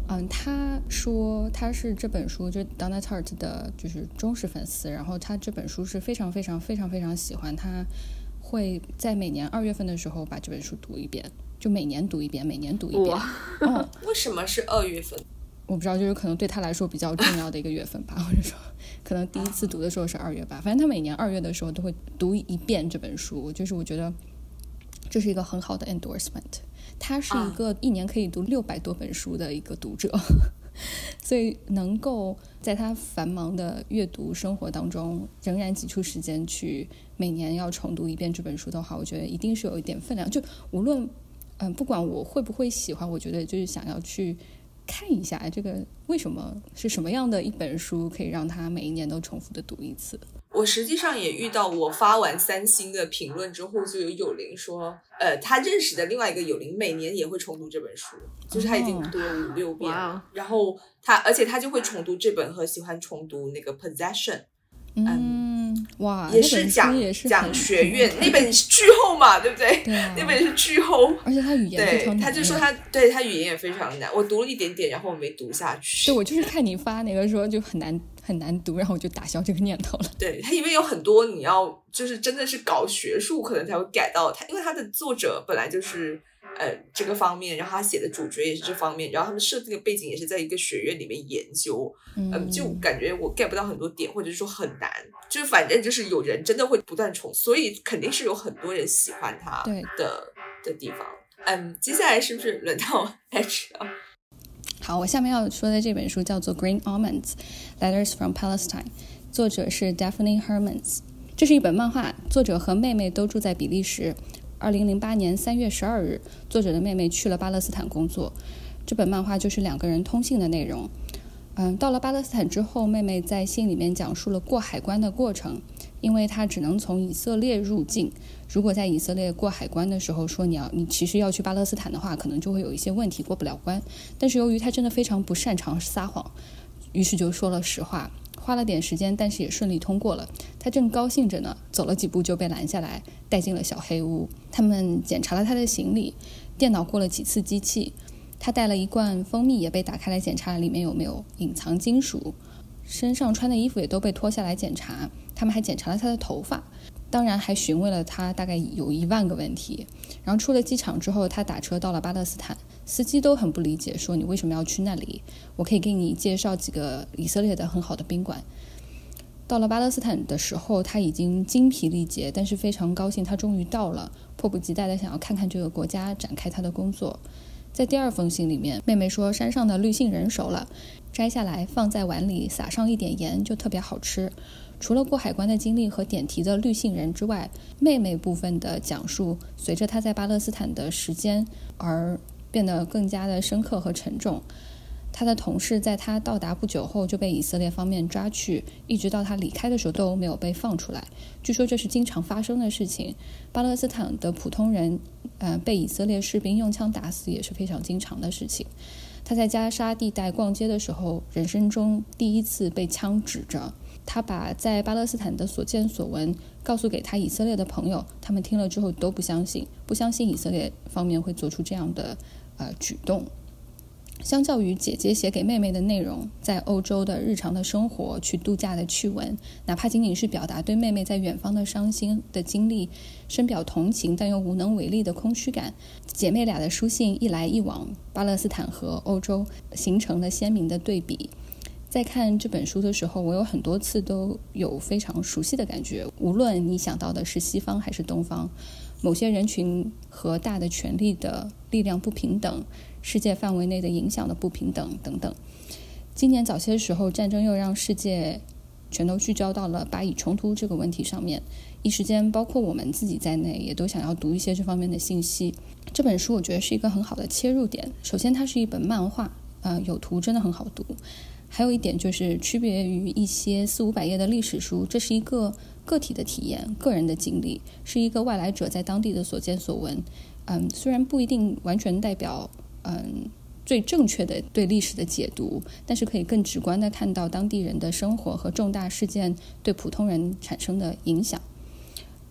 S3: 嗯，他说他是这本书就是 Donna Tartt 的就是忠实粉丝，然后他这本书是非常非常非常非常喜欢，他会在每年二月份的时候把这本书读一遍，就每年读一遍，每年读一遍。哦，
S1: 为什么是二月份？
S3: 我不知道，就是可能对他来说比较重要的一个月份吧，或者说可能第一次读的时候是二月吧，反正他每年二月的时候都会读一遍这本书，就是我觉得这是一个很好的 endorsement。他是一个一年可以读六百多本书的一个读者，所以能够在他繁忙的阅读生活当中仍然挤出时间去每年要重读一遍这本书的话，我觉得一定是有一点分量，就无论嗯，不管我会不会喜欢，我觉得就是想要去看一下这个为什么是什么样的一本书可以让他每一年都重复的读一次。
S1: 我实际上也遇到，我发完三星的评论之后，就有友邻说，呃，他认识的另外一个友邻每年也会重读这本书，就是他已经读了五六遍了，
S2: wow.
S1: 然后他，而且他就会重读这本和喜欢重读那个 Possession。
S3: 嗯，哇，
S1: 也是讲
S3: 也是
S1: 讲学院，那本是剧后嘛，对不对？
S3: 对啊，
S1: 那本是剧后，
S3: 而且他语言非常难，
S1: 对，他就说他对他语言也非常难，我读了一点点，然后我没读下去。
S3: 对，我就是看你发那个说就很难很难读，然后我就打消这个念头了。
S1: 对，他因为有很多你要就是真的是搞学术，可能才会改到他，因为他的作者本来就是呃这个方面，然后他写的主角也是这方面，然后他们设定的背景也是在一个学院里面研究，嗯、呃，就感觉我 get 不到很多点，或者是说很难，就是反正就是有人真的会不断重，所以肯定是有很多人喜欢他的的地方。嗯，接下来是不是轮到 H 啊？
S3: 好，我下面要说的这本书叫做 Green Almonds Letters from Palestine， 作者是 Daphne Hermans。 这是一本漫画，作者和妹妹都住在比利时。二零零八年三月十二日，作者的妹妹去了巴勒斯坦工作。这本漫画就是两个人通信的内容。嗯，到了巴勒斯坦之后，妹妹在信里面讲述了过海关的过程，因为她只能从以色列入境。如果在以色列过海关的时候说你要你其实要去巴勒斯坦的话，可能就会有一些问题过不了关。但是由于她真的非常不擅长撒谎，于是就说了实话，花了点时间，但是也顺利通过了。她正高兴着呢，走了几步就被拦下来，带进了小黑屋。他们检查了她的行李，电脑过了几次机器。他带了一罐蜂蜜也被打开来检查里面有没有隐藏金属，身上穿的衣服也都被脱下来检查。他们还检查了他的头发，当然还询问了他大概有一万个问题。然后出了机场之后，他打车到了巴勒斯坦，司机都很不理解，说你为什么要去那里，我可以给你介绍几个以色列的很好的宾馆。到了巴勒斯坦的时候，他已经精疲力竭，但是非常高兴他终于到了，迫不及待地想要看看这个国家，展开他的工作。在第二封信里面，妹妹说山上的绿杏仁熟了，摘下来放在碗里，撒上一点盐就特别好吃。除了过海关的经历和点题的绿杏仁之外，妹妹部分的讲述随着她在巴勒斯坦的时间而变得更加的深刻和沉重。她的同事在她到达不久后就被以色列方面抓去，一直到她离开的时候都没有被放出来。据说这是经常发生的事情，巴勒斯坦的普通人呃，被以色列士兵用枪打死也是非常经常的事情。她在加沙地带逛街的时候，人生中第一次被枪指着。她把在巴勒斯坦的所见所闻告诉给她以色列的朋友，他们听了之后都不相信，不相信以色列方面会做出这样的呃举动。相较于姐姐写给妹妹的内容，在欧洲的日常的生活、去度假的趣闻，哪怕仅仅是表达对妹妹在远方的伤心的经历，深表同情但又无能为力的空虚感，姐妹俩的书信一来一往，巴勒斯坦和欧洲形成了鲜明的对比。在看这本书的时候，我有很多次都有非常熟悉的感觉，无论你想到的是西方还是东方，某些人群和大的权力的力量不平等，世界范围内的影响的不平等等等。今年早些时候，战争又让世界全都聚焦到了巴以冲突这个问题上面，一时间包括我们自己在内也都想要读一些这方面的信息。这本书我觉得是一个很好的切入点。首先它是一本漫画，呃，有图真的很好读。还有一点就是区别于一些四五百页的历史书，这是一个个体的体验，个人的经历，是一个外来者在当地的所见所闻。嗯，虽然不一定完全代表嗯最正确的对历史的解读，但是可以更直观地看到当地人的生活和重大事件对普通人产生的影响。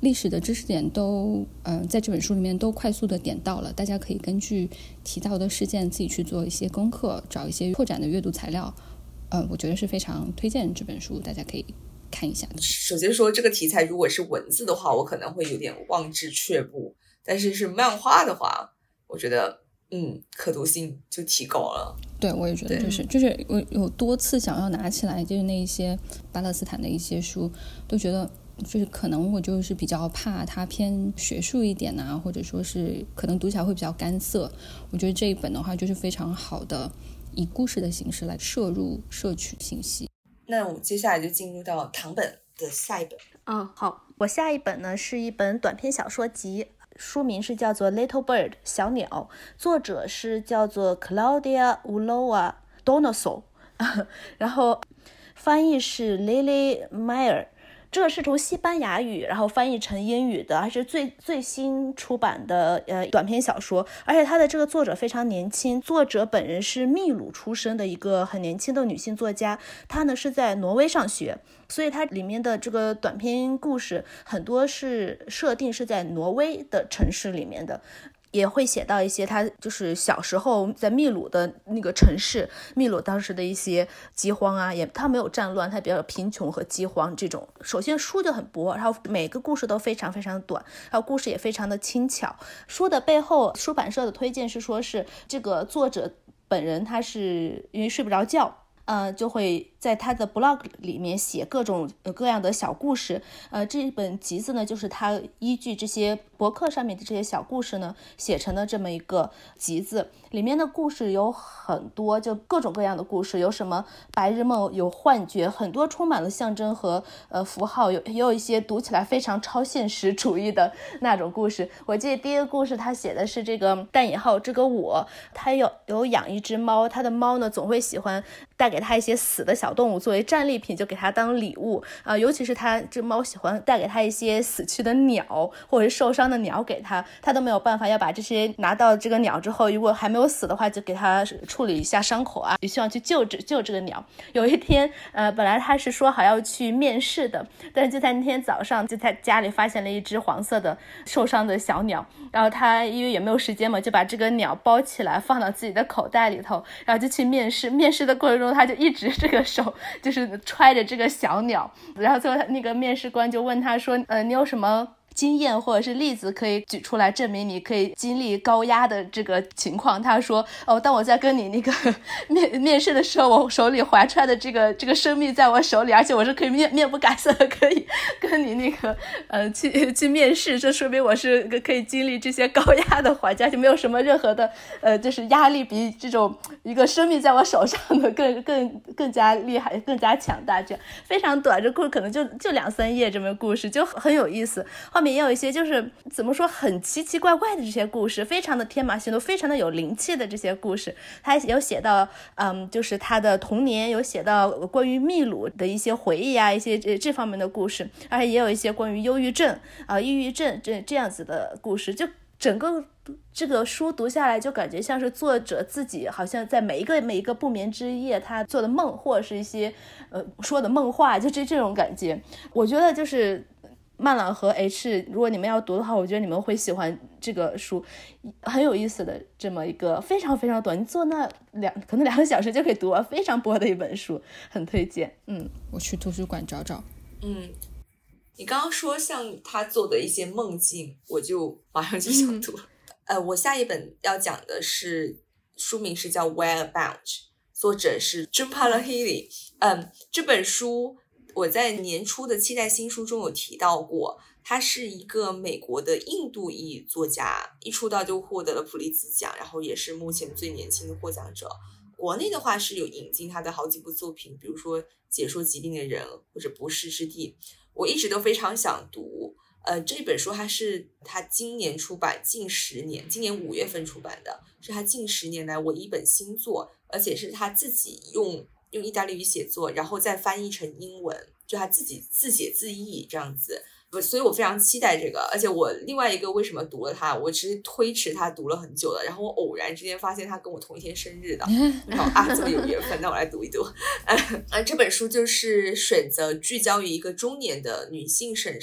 S3: 历史的知识点都呃在这本书里面都快速的点到了，大家可以根据提到的事件自己去做一些功课，找一些扩展的阅读材料。呃，我觉得是非常推荐这本书，大家可以看一下的。
S1: 首先说这个题材如果是文字的话，我可能会有点望之却步，但是是漫画的话，我觉得嗯可读性就提高了。
S3: 对，我也觉得就是就是我有多次想要拿起来，就是那一些巴勒斯坦的一些书，都觉得就是可能我就是比较怕它偏学术一点啊，或者说是可能读起来会比较干涩。我觉得这一本的话就是非常好的以故事的形式来摄入摄取信息。
S1: 那我接下来就进入到唐本的下一本。
S2: 嗯，好，我下一本呢是一本短篇小说集，书名是叫做 Little Bird 小鸟，作者是叫做 Claudia Ulloa Donoso 然后翻译是 Lily Meyer。这个是从西班牙语然后翻译成英语的，还是最最新出版的呃短篇小说，而且它的这个作者非常年轻，作者本人是秘鲁出生的一个很年轻的女性作家，她呢是在挪威上学，所以它里面的这个短篇故事很多是设定是在挪威的城市里面的，也会写到一些他就是小时候在秘鲁的那个城市，秘鲁当时的一些饥荒啊，也他没有战乱，他比较贫穷和饥荒这种。首先书就很薄，然后每个故事都非常非常短，然后故事也非常的轻巧。书的背后出版社的推荐是说是这个作者本人他是因为睡不着觉，呃，就会在他的 blog 里面写各种各样的小故事。呃，这本集子呢，就是他依据这些博客上面的这些小故事呢，写成了这么一个集子。里面的故事有很多，就各种各样的故事，有什么白日梦，有幻觉，很多充满了象征和呃符号，有也有一些读起来非常超现实主义的那种故事。我记得第一个故事他写的是这个带引号这个我，他有有养一只猫，他的猫呢总会喜欢带给他一些死的小动物作为战利品，就给他当礼物啊、呃，尤其是他这猫喜欢带给他一些死去的鸟或者是受伤的鸟给他，他都没有办法要把这些拿到这个鸟之后，如果还没有死的话就给他处理一下伤口啊，也希望去救这救这个鸟。有一天呃，本来他是说好要去面试的，但是就在那天早上就在家里发现了一只黄色的受伤的小鸟，然后他因为也没有时间嘛，就把这个鸟包起来放到自己的口袋里头，然后就去面试。面试的过程中他就一直这个手就是揣着这个小鸟，然后最后那个面试官就问他说呃，你有什么经验或者是例子可以举出来证明你可以经历高压的这个情况。他说哦，当我在跟你那个面面试的时候，我手里怀揣的这个这个生命在我手里，而且我是可以面面不改色的可以跟你那个呃去去面试，这说明我是可以经历这些高压的环境，就没有什么任何的呃就是压力比这种一个生命在我手上的更更更加厉害更加强大。这样非常短，这故事可能就就两三页，这么故事就很有意思。后面也有一些就是怎么说很奇奇怪怪的这些故事，非常的天马行空，非常的有灵气的这些故事。他有写到嗯，就是他的童年，有写到关于秘鲁的一些回忆啊，一些这这方面的故事，而且也有一些关于忧郁症啊、呃、抑郁症这这样子的故事。就整个这个书读下来就感觉像是作者自己好像在每一个每一个不眠之夜他做的梦，或者是一些呃说的梦话，就这这种感觉。我觉得就是曼朗和 H 如果你们要读的话，我觉得你们会喜欢这个书，很有意思的这么一个非常非常短，你坐那两可能两个小时就可以读完，非常薄的一本书，很推荐。嗯，
S3: 我去图书馆找找。
S1: 嗯，你刚刚说像他做的一些梦境，我就马上就想读、嗯、呃，我下一本要讲的是书名是叫 Whereabouts， 作者是 Jhumpa Lahiri。 嗯，这本书我在年初的期待新书中有提到过，他是一个美国的印度裔作家，一出道就获得了普利兹奖，然后也是目前最年轻的获奖者。国内的话是有引进他的好几部作品，比如说解说疾病的人或者不世之地，我一直都非常想读。呃，这本书它是他今年出版，近十年今年五月份出版的，是他近十年来唯一一本新作，而且是他自己用用意大利语写作，然后再翻译成英文，就他自己自写自译这样子，所以我非常期待这个。而且我另外一个为什么读了它，我其实推迟它读了很久了，然后我偶然之间发现它跟我同一天生日的，然后啊这么有缘分，那我来读一读。呃，这本书就是选择聚焦于一个中年的女性身上，她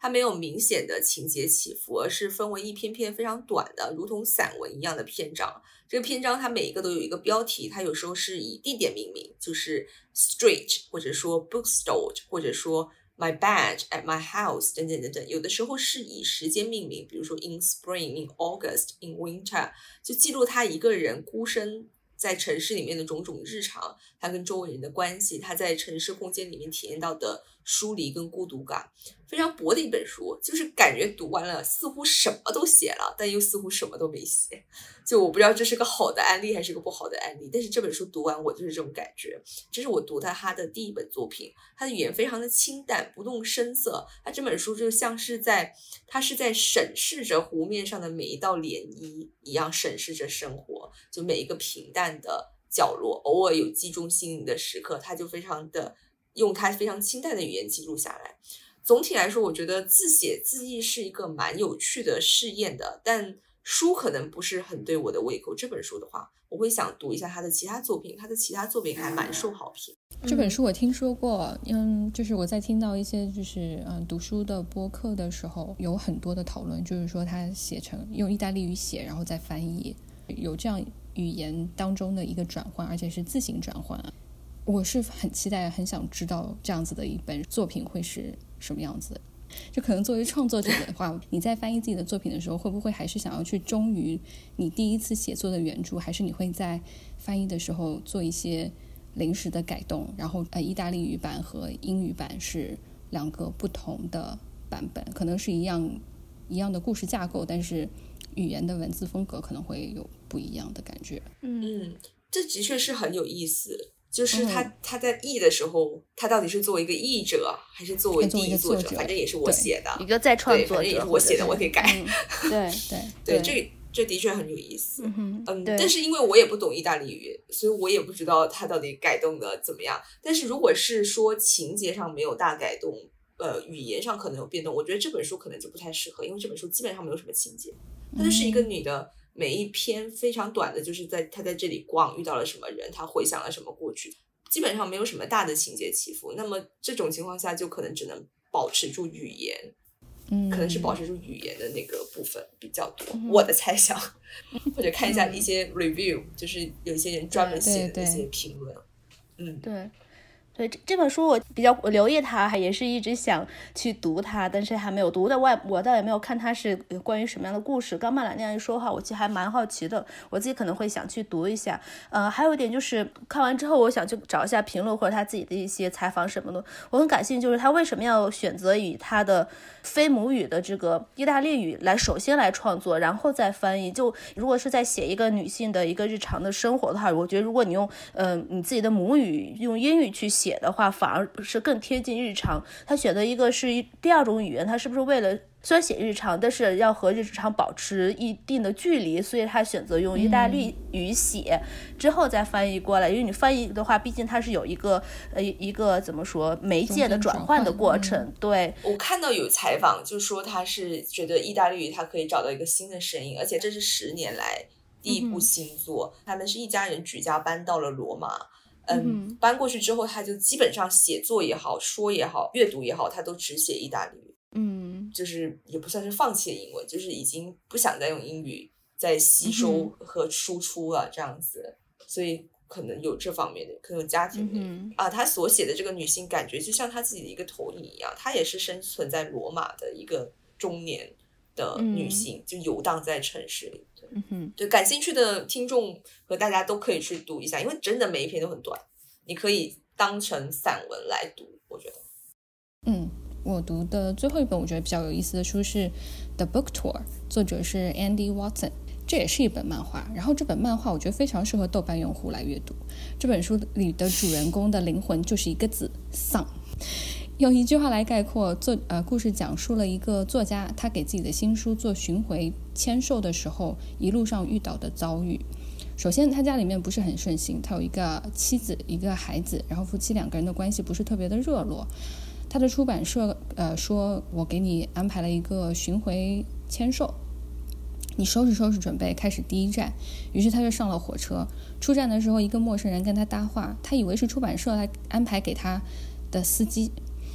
S1: 它没有明显的情节起伏，而是分为一篇篇非常短的如同散文一样的篇章。这个篇章它每一个都有一个标题，它有时候是以地点命名，就是 street 或者说 bookstore 或者说 my badge at my house 等等等等，有的时候是以时间命名，比如说 in spring, in August, in winter， 就记录他一个人孤身在城市里面的种种日常，他跟周围人的关系，他在城市空间里面体验到的疏离跟孤独感。非常薄的一本书，就是感觉读完了似乎什么都写了，但又似乎什么都没写。就我不知道这是个好的案例还是个不好的案例，但是这本书读完我就是这种感觉。这是我读的他的第一本作品，他的语言非常的清淡，不动声色。他这本书就像是在他是在审视着湖面上的每一道涟漪一样，审视着生活，就每一个平淡的角落，偶尔有击中心灵的时刻，他就非常的用他非常清淡的语言记录下来。总体来说，我觉得自写自译是一个蛮有趣的试验的，但书可能不是很对我的胃口。这本书的话，我会想读一下他的其他作品，他的其他作品还蛮受好评。
S3: 这本书我听说过，嗯，就是我在听到一些就是嗯读书的播客的时候，有很多的讨论，就是说他写成用意大利语写，然后再翻译，有这样语言当中的一个转换，而且是自行转换。我是很期待，很想知道这样子的一本作品会是什么样子的。就可能作为创作者的话，你在翻译自己的作品的时候，会不会还是想要去忠于你第一次写作的原著，还是你会在翻译的时候做一些临时的改动，然后呃，意大利语版和英语版是两个不同的版本，可能是一样一样的故事架构，但是语言的文字风格可能会有不一样的感觉。
S1: 嗯，这的确是很有意思。就是他、嗯、他在译的时候，他到底是作为一个译者还是作为第一作者？反正也是我写的，
S2: 一个再创作者，
S1: 反正也是我写的，我可以改。
S2: 嗯、对对
S1: 对，这这的确很有意思。
S2: 嗯
S1: 嗯，但是因为我也不懂意大利语，所以我也不知道他到底改动的怎么样。但是如果是说情节上没有大改动，呃，语言上可能有变动，我觉得这本书可能就不太适合，因为这本书基本上没有什么情节，它就是一个女的。每一篇非常短的，就是在她在这里逛遇到了什么人，她回想了什么过去，基本上没有什么大的情节起伏。那么这种情况下就可能只能保持住语言，
S3: 嗯，
S1: 可能是保持住语言的那个部分比较多，嗯、我的猜想。或者看一下一些 review，、嗯、就是有一些人专门写的那些评论。嗯，
S2: 对。对，这本书我比较留意它，也是一直想去读它，但是还没有读的。外我倒也没有看它是关于什么样的故事。刚曼兰那样一说话，我其实还蛮好奇的，我自己可能会想去读一下。呃，还有一点就是看完之后，我想去找一下评论或者他自己的一些采访什么的。我很感兴趣，就是他为什么要选择以他的非母语的这个意大利语来首先来创作，然后再翻译。就如果是在写一个女性的一个日常的生活的话，我觉得如果你用呃你自己的母语用英语去写写的话反而是更贴近日常。他选择一个是第二种语言，他是不是为了虽然写日常但是要和日常保持一定的距离，所以他选择用意大利语写、嗯、之后再翻译过来。因为你翻译的话毕竟它是有一个呃一个怎么说媒介的转换的过程、嗯、对。
S1: 我看到有采访就说他是觉得意大利语他可以找到一个新的声音，而且这是十年来第一部新作、嗯、他们是一家人举家搬到了罗马。嗯，搬过去之后他就基本上写作也好说也好阅读也好他都只写意大利语。
S2: 嗯，
S1: 就是也不算是放弃了英文，就是已经不想再用英语再吸收和输出了这样子、嗯、所以可能有这方面的可能有家庭的、嗯、啊，他所写的这个女性感觉就像他自己的一个投影一样，她也是生存在罗马的一个中年的女性、嗯、就游荡在城市里。对、
S2: 嗯、
S1: 对，感兴趣的听众和大家都可以去读一下，因为真的每一篇都很短，你可以当成散文来读，我觉得。
S3: 嗯，我读的最后一本我觉得比较有意思的书是 The Book Tour， 作者是 Andy Watson， 这也是一本漫画，然后这本漫画我觉得非常适合豆瓣用户来阅读。这本书里的主人公的灵魂就是一个字，丧。用一句话来概括，作呃故事讲述了一个作家他给自己的新书做巡回签售的时候一路上遇到的遭遇。首先他家里面不是很顺心，他有一个妻子一个孩子，然后夫妻两个人的关系不是特别的热络。他的出版社呃说我给你安排了一个巡回签售，你收拾收拾准备开始第一站。于是他就上了火车，出站的时候一个陌生人跟他搭话，他以为是出版社来安排给他的司机，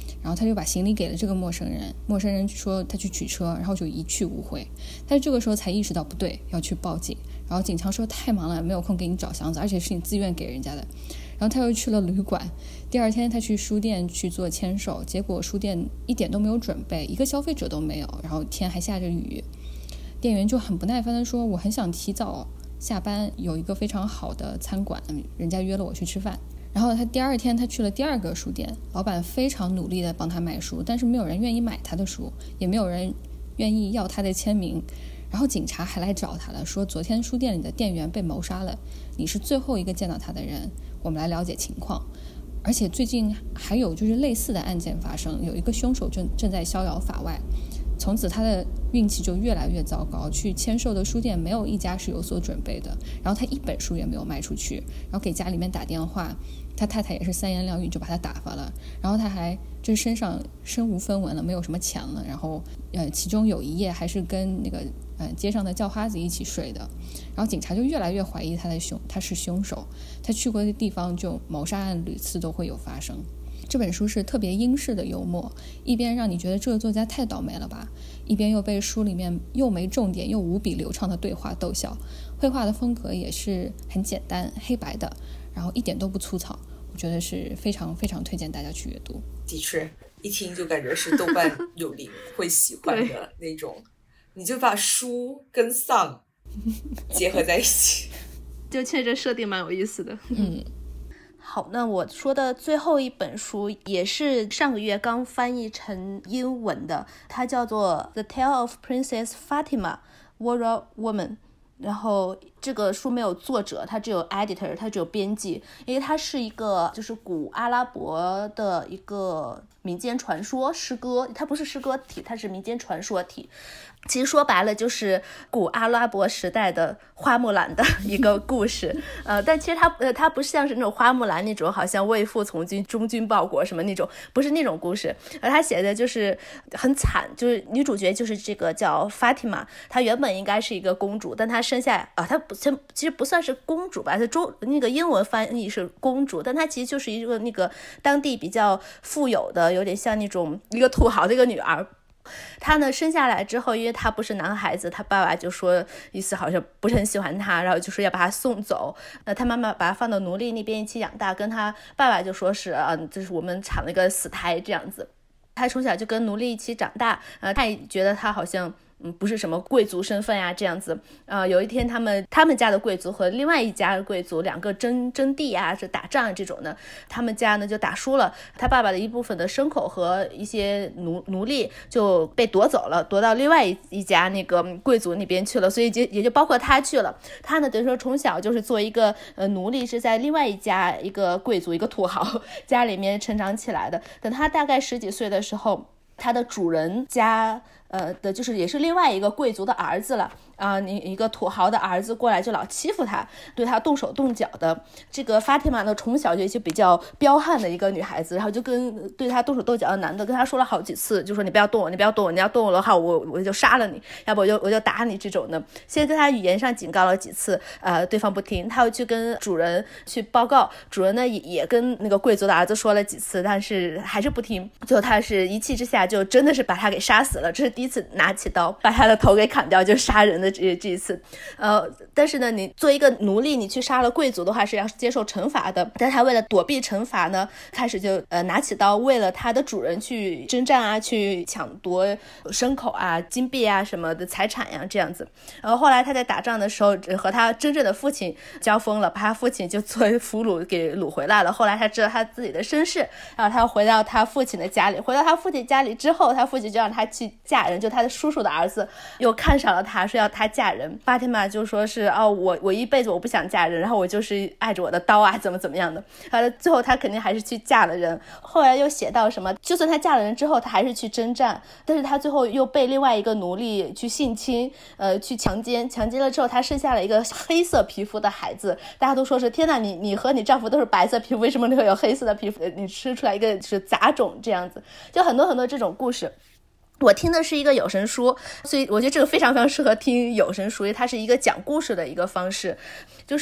S3: 然后他就把行李给了这个陌生人，陌生人说他去取车，然后就一去无回。他这个时候才意识到不对，要去报警。然后警察说太忙了，没有空给你找箱子，而且是你自愿给人家的。然后他又去了旅馆，第二天他去书店去做签售，结果书店一点都没有准备，一个消费者都没有，然后天还下着雨。店员就很不耐烦地说，我很想提早下班，有一个非常好的餐馆，人家约了我去吃饭。然后他第二天他去了第二个书店，老板非常努力地帮他买书，但是没有人愿意买他的书，也没有人愿意要他的签名。然后警察还来找他了，说昨天书店里的店员被谋杀了，你是最后一个见到他的人，我们来了解情况。而且最近还有就是类似的案件发生，有一个凶手正正在逍遥法外。从此他的运气就越来越糟糕，去签售的书店没有一家是有所准备的，然后他一本书也没有卖出去，然后给家里面打电话，他太太也是三言两语就把他打发了，然后他还就是身上身无分文了，没有什么钱了，然后呃，其中有一夜还是跟那个呃街上的叫花子一起睡的，然后警察就越来越怀疑他的凶他是凶手，他去过的地方就谋杀案屡次都会有发生。这本书是特别英式的幽默，一边让你觉得这个作家太倒霉了吧，一边又被书里面又没重点又无比流畅的对话逗笑。绘画的风格也是很简单黑白的，然后一点都不粗糙，我觉得是非常非常推荐大家去阅读。
S1: 的确一听就感觉是豆瓣有灵会喜欢的那种你就把书跟丧结合在一起
S2: 就确实设定蛮有意思的。
S3: 嗯，
S2: 好，那我说的最后一本书也是上个月刚翻译成英文的，它叫做 The Tale of Princess Fatima Warrior Woman。 然后这个书没有作者，它只有 editor， 它只有编辑，因为它是一个就是古阿拉伯的一个民间传说诗歌，它不是诗歌体，它是民间传说体。其实说白了就是古阿拉伯时代的花木兰的一个故事，呃，但其实它呃它不像是那种花木兰那种好像为父从军忠君报国什么那种，不是那种故事，而他写的就是很惨，就是女主角就是这个叫 Fatima， 她原本应该是一个公主，但她生下啊，她不其实不算是公主吧，她中那个英文翻译是公主，但她其实就是一个那个当地比较富有的，有点像那种一个土豪的一个女儿。他呢生下来之后，因为他不是男孩子，他爸爸就说意思好像不是很喜欢他，然后就说要把他送走。那他妈妈把他放到奴隶那边一起养大，跟他爸爸就说是啊，这是我们产了一个死胎这样子。他从小就跟奴隶一起长大，呃，他也觉得他好像嗯，不是什么贵族身份呀，这样子。呃，有一天他们他们家的贵族和另外一家的贵族两个争争地啊，是打仗这种的，他们家呢就打输了，他爸爸的一部分的牲口和一些奴奴隶就被夺走了，夺到另外一一家那个贵族那边去了，所以就也就包括他去了。他呢等于说从小就是做一个呃奴隶，是在另外一家一个贵族一个土豪家里面成长起来的。等他大概十几岁的时候，他的主人家呃的就是也是另外一个贵族的儿子了啊，你、呃、一个土豪的儿子过来就老欺负他，对他动手动脚的。这个法蒂玛呢从小就就比较彪悍的一个女孩子，然后就跟对他动手动脚的男的跟他说了好几次，就说你不要动我，你不要动我，你要动我的话我我就杀了你，要不我就我就打你这种的。先跟他语言上警告了几次，呃，对方不听，他又去跟主人去报告，主人呢也也跟那个贵族的儿子说了几次，但是还是不听。最后他是一气之下就真的是把他给杀死了，这是第一次拿起刀把他的头给砍掉，就杀人的这这一次。呃，但是呢，你做一个奴隶，你去杀了贵族的话是要接受惩罚的。但他为了躲避惩罚呢，开始就呃拿起刀，为了他的主人去征战啊，去抢夺牲口啊、金币啊什么的财产呀、啊，这样子。然后后来他在打仗的时候和他真正的父亲交锋了，把他父亲就作为俘虏给掳回来了。后来他知道他自己的身世，然后他回到他父亲的家里。回到他父亲家里之后，他父亲就让他去嫁人，就他的叔叔的儿子又看上了他，说要他嫁人。法蒂玛就说是哦，我我一辈子我不想嫁人，然后我就是爱着我的刀啊，怎么怎么样的。然后最后他肯定还是去嫁了人。后来又写到什么，就算他嫁了人之后，他还是去征战，但是他最后又被另外一个奴隶去性侵，呃，去强奸，强奸了之后，他生下了一个黑色皮肤的孩子。大家都说是天哪，你你和你丈夫都是白色皮肤，为什么你会有黑色的皮肤？你生出来一个是杂种这样子，就很多很多这种故事。我听的是一个有声书，所以我觉得这个非常非常适合听有声书，因为它是一个讲故事的一个方式。就是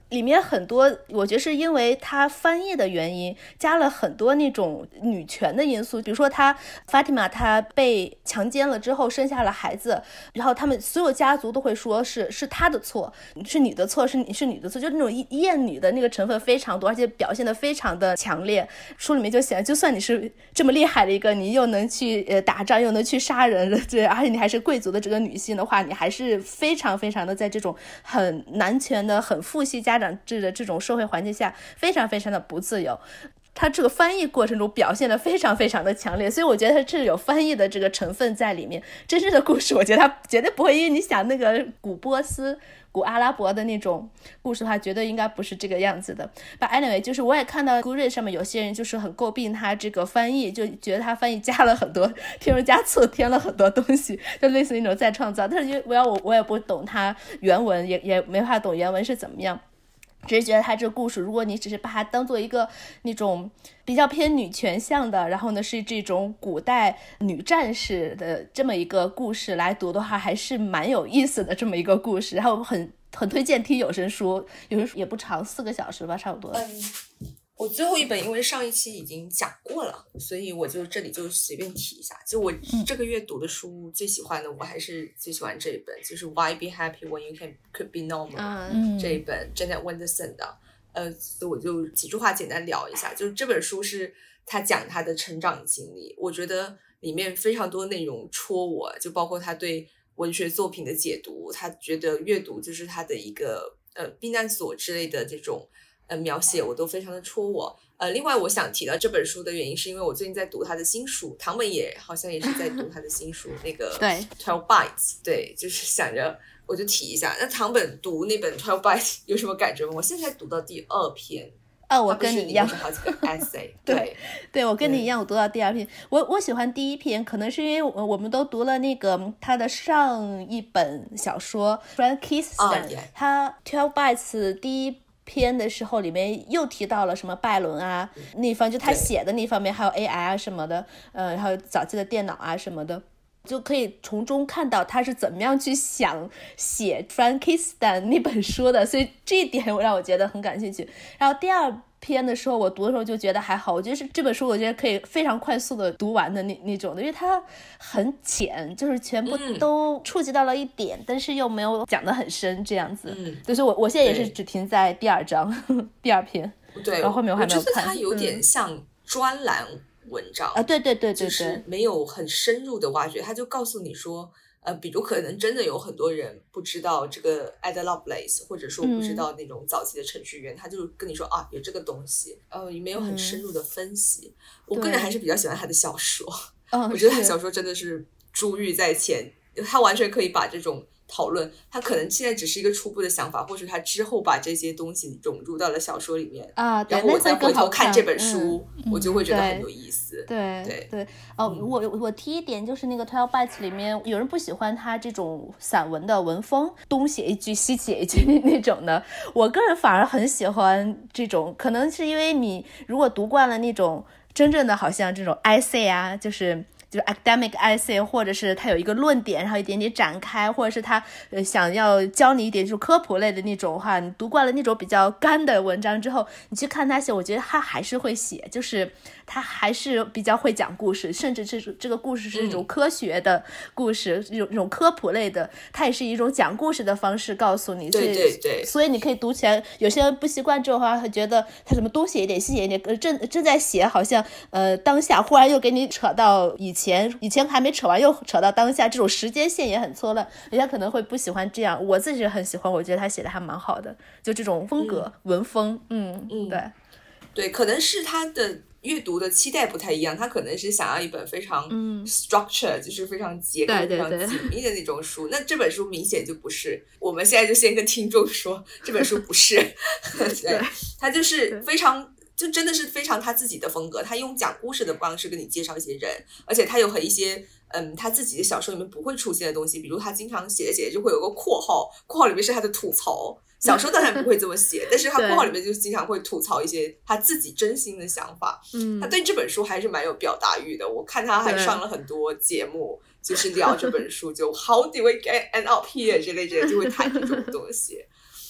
S2: 里面很多我觉得是因为他翻译的原因加了很多那种女权的因素，比如说他 Fatima 她被强奸了之后生下了孩子，然后他们所有家族都会说是是他的错，是你的错，是你是你的错，就那种厌女的那个成分非常多，而且表现得非常的强烈。书里面就写就算你是这么厉害的一个，你又能去呃打仗又能去杀人，对，而且你还是贵族的这个女性的话，你还是非常非常的在这种很男权的很父系家长制的这种社会环境下非常非常的不自由。他这个翻译过程中表现得非常非常的强烈，所以我觉得他是有翻译的这个成分在里面。真正的故事我觉得他绝对不会，因为你想那个古波斯古阿拉伯的那种故事的话，绝对应该不是这个样子的。But anyway， 就是我也看到 Goodreads 上面有些人就是很诟病他这个翻译，就觉得他翻译加了很多添油加醋，添了很多东西，就类似那种再创造。但是我要我我也不懂他原文，也也没法懂原文是怎么样。只是觉得他这个故事，如果你只是把它当做一个那种比较偏女权向的，然后呢是这种古代女战士的这么一个故事来读的话，还是蛮有意思的这么一个故事。然后很很推荐听有声书，有声书也不长，四个小时吧，差不多。
S1: 嗯，我最后一本因为上一期已经讲过了，所以我就这里就随便提一下。就我这个月读的书最喜欢的，我还是最喜欢这一本，就是 Why Be Happy When You Can Could Be Normal、嗯、这一本 Janet Wenderson 的。呃，所以我就几句话简单聊一下。就是这本书是他讲他的成长经历，我觉得里面非常多内容戳我，就包括他对文学作品的解读，他觉得阅读就是他的一个呃避难所之类的这种呃，描写我都非常的戳我。呃，另外我想提到这本书的原因，是因为我最近在读他的新书，唐本也好像也是在读他的新书，那个
S2: 对
S1: twelve bites， 对，就是想着我就提一下。那唐本读那本 twelve bites 有什么感觉吗？我现在读到第二篇。
S2: 哦，我跟你一样，
S1: 是好几个 essay
S2: 对
S1: 对
S2: 对，我跟你一样，我读到第二篇。我我喜欢第一篇，可能是因为我我们都读了那个他的上一本小说 Frank Kingston、oh, yeah. 他 twelve bites 第一篇的时候里面又提到了什么拜伦啊、嗯、那方就他写的那方面，还有 A I 啊什么的，呃，还有早期的电脑啊什么的，就可以从中看到他是怎么样去想写 Frankenstein 那本书的，所以这一点让我觉得很感兴趣。然后第二篇的时候我读的时候就觉得还好，我觉得是这本书我觉得可以非常快速的读完的那那种的，因为它很浅，就是全部都触及到了一点、嗯、但是又没有讲得很深这样子。嗯，就是我我现在也是只停在第二章第二篇，
S1: 对，
S2: 然后后面我还没有看。
S1: 我觉得它有点像专栏文章、
S2: 嗯、啊，对对对对对，
S1: 就是没有很深入的挖掘，他就告诉你说呃，比如可能真的有很多人不知道这个 Ada Lovelace， 或者说不知道那种早期的程序员、嗯、他就跟你说啊有这个东西，呃，没有很深入的分析、嗯、我个人还是比较喜欢他的小说、哦、我觉得他小说真的是珠玉在前，他完全可以把这种讨论，他可能现在只是一个初步的想法，或许他之后把这些东西融入到了小说里面
S2: 啊，
S1: 然后我再回头看这本书、嗯、我就会觉得很有意思。
S2: 对对 对, 对哦、嗯，我我提一点就是那个 twelve bites 里面有人不喜欢他这种散文的文风，东写一句西写一句那种的，我个人反而很喜欢这种，可能是因为你如果读惯了那种真正的好像这种 essay 啊，就是就是 academic essay， 或者是他有一个论点然后一点点展开，或者是他呃想要教你一点就是科普类的那种话，你读惯了那种比较干的文章之后，你去看他写，我觉得他还是会写，就是他还是比较会讲故事，甚至是这个故事是一种科学的故事，一种、嗯、一种科普类的，他也是一种讲故事的方式告诉你。
S1: 对对对，
S2: 所以你可以读起来，有些人不习惯这种话，会觉得他怎么东写一点西写一点，正正在写好像呃当下忽然又给你扯到以前以前还没扯完又扯到当下，这种时间线也很错乱，人家可能会不喜欢这样，我自己很喜欢，我觉得他写的还蛮好的，就这种风格、嗯、文风嗯嗯，对
S1: 对，可能是他的阅读的期待不太一样，他可能是想要一本非常 structure、嗯、就是非常结构非常紧密的那种书，那这本书明显就不是，我们现在就先跟听众说这本书不是对，他就是非常就真的是非常他自己的风格，他用讲故事的方式跟你介绍一些人，而且他有很一些嗯他自己的小说里面不会出现的东西，比如他经常写着写着就会有个括号，括号里面是他的吐槽，小说当然不会这么写但是他括号里面就经常会吐槽一些他自己真心的想法。嗯，他对这本书还是蛮有表达欲的，我看他还上了很多节目就是聊这本书就 How do we get end up here 之类之类就会谈这种东西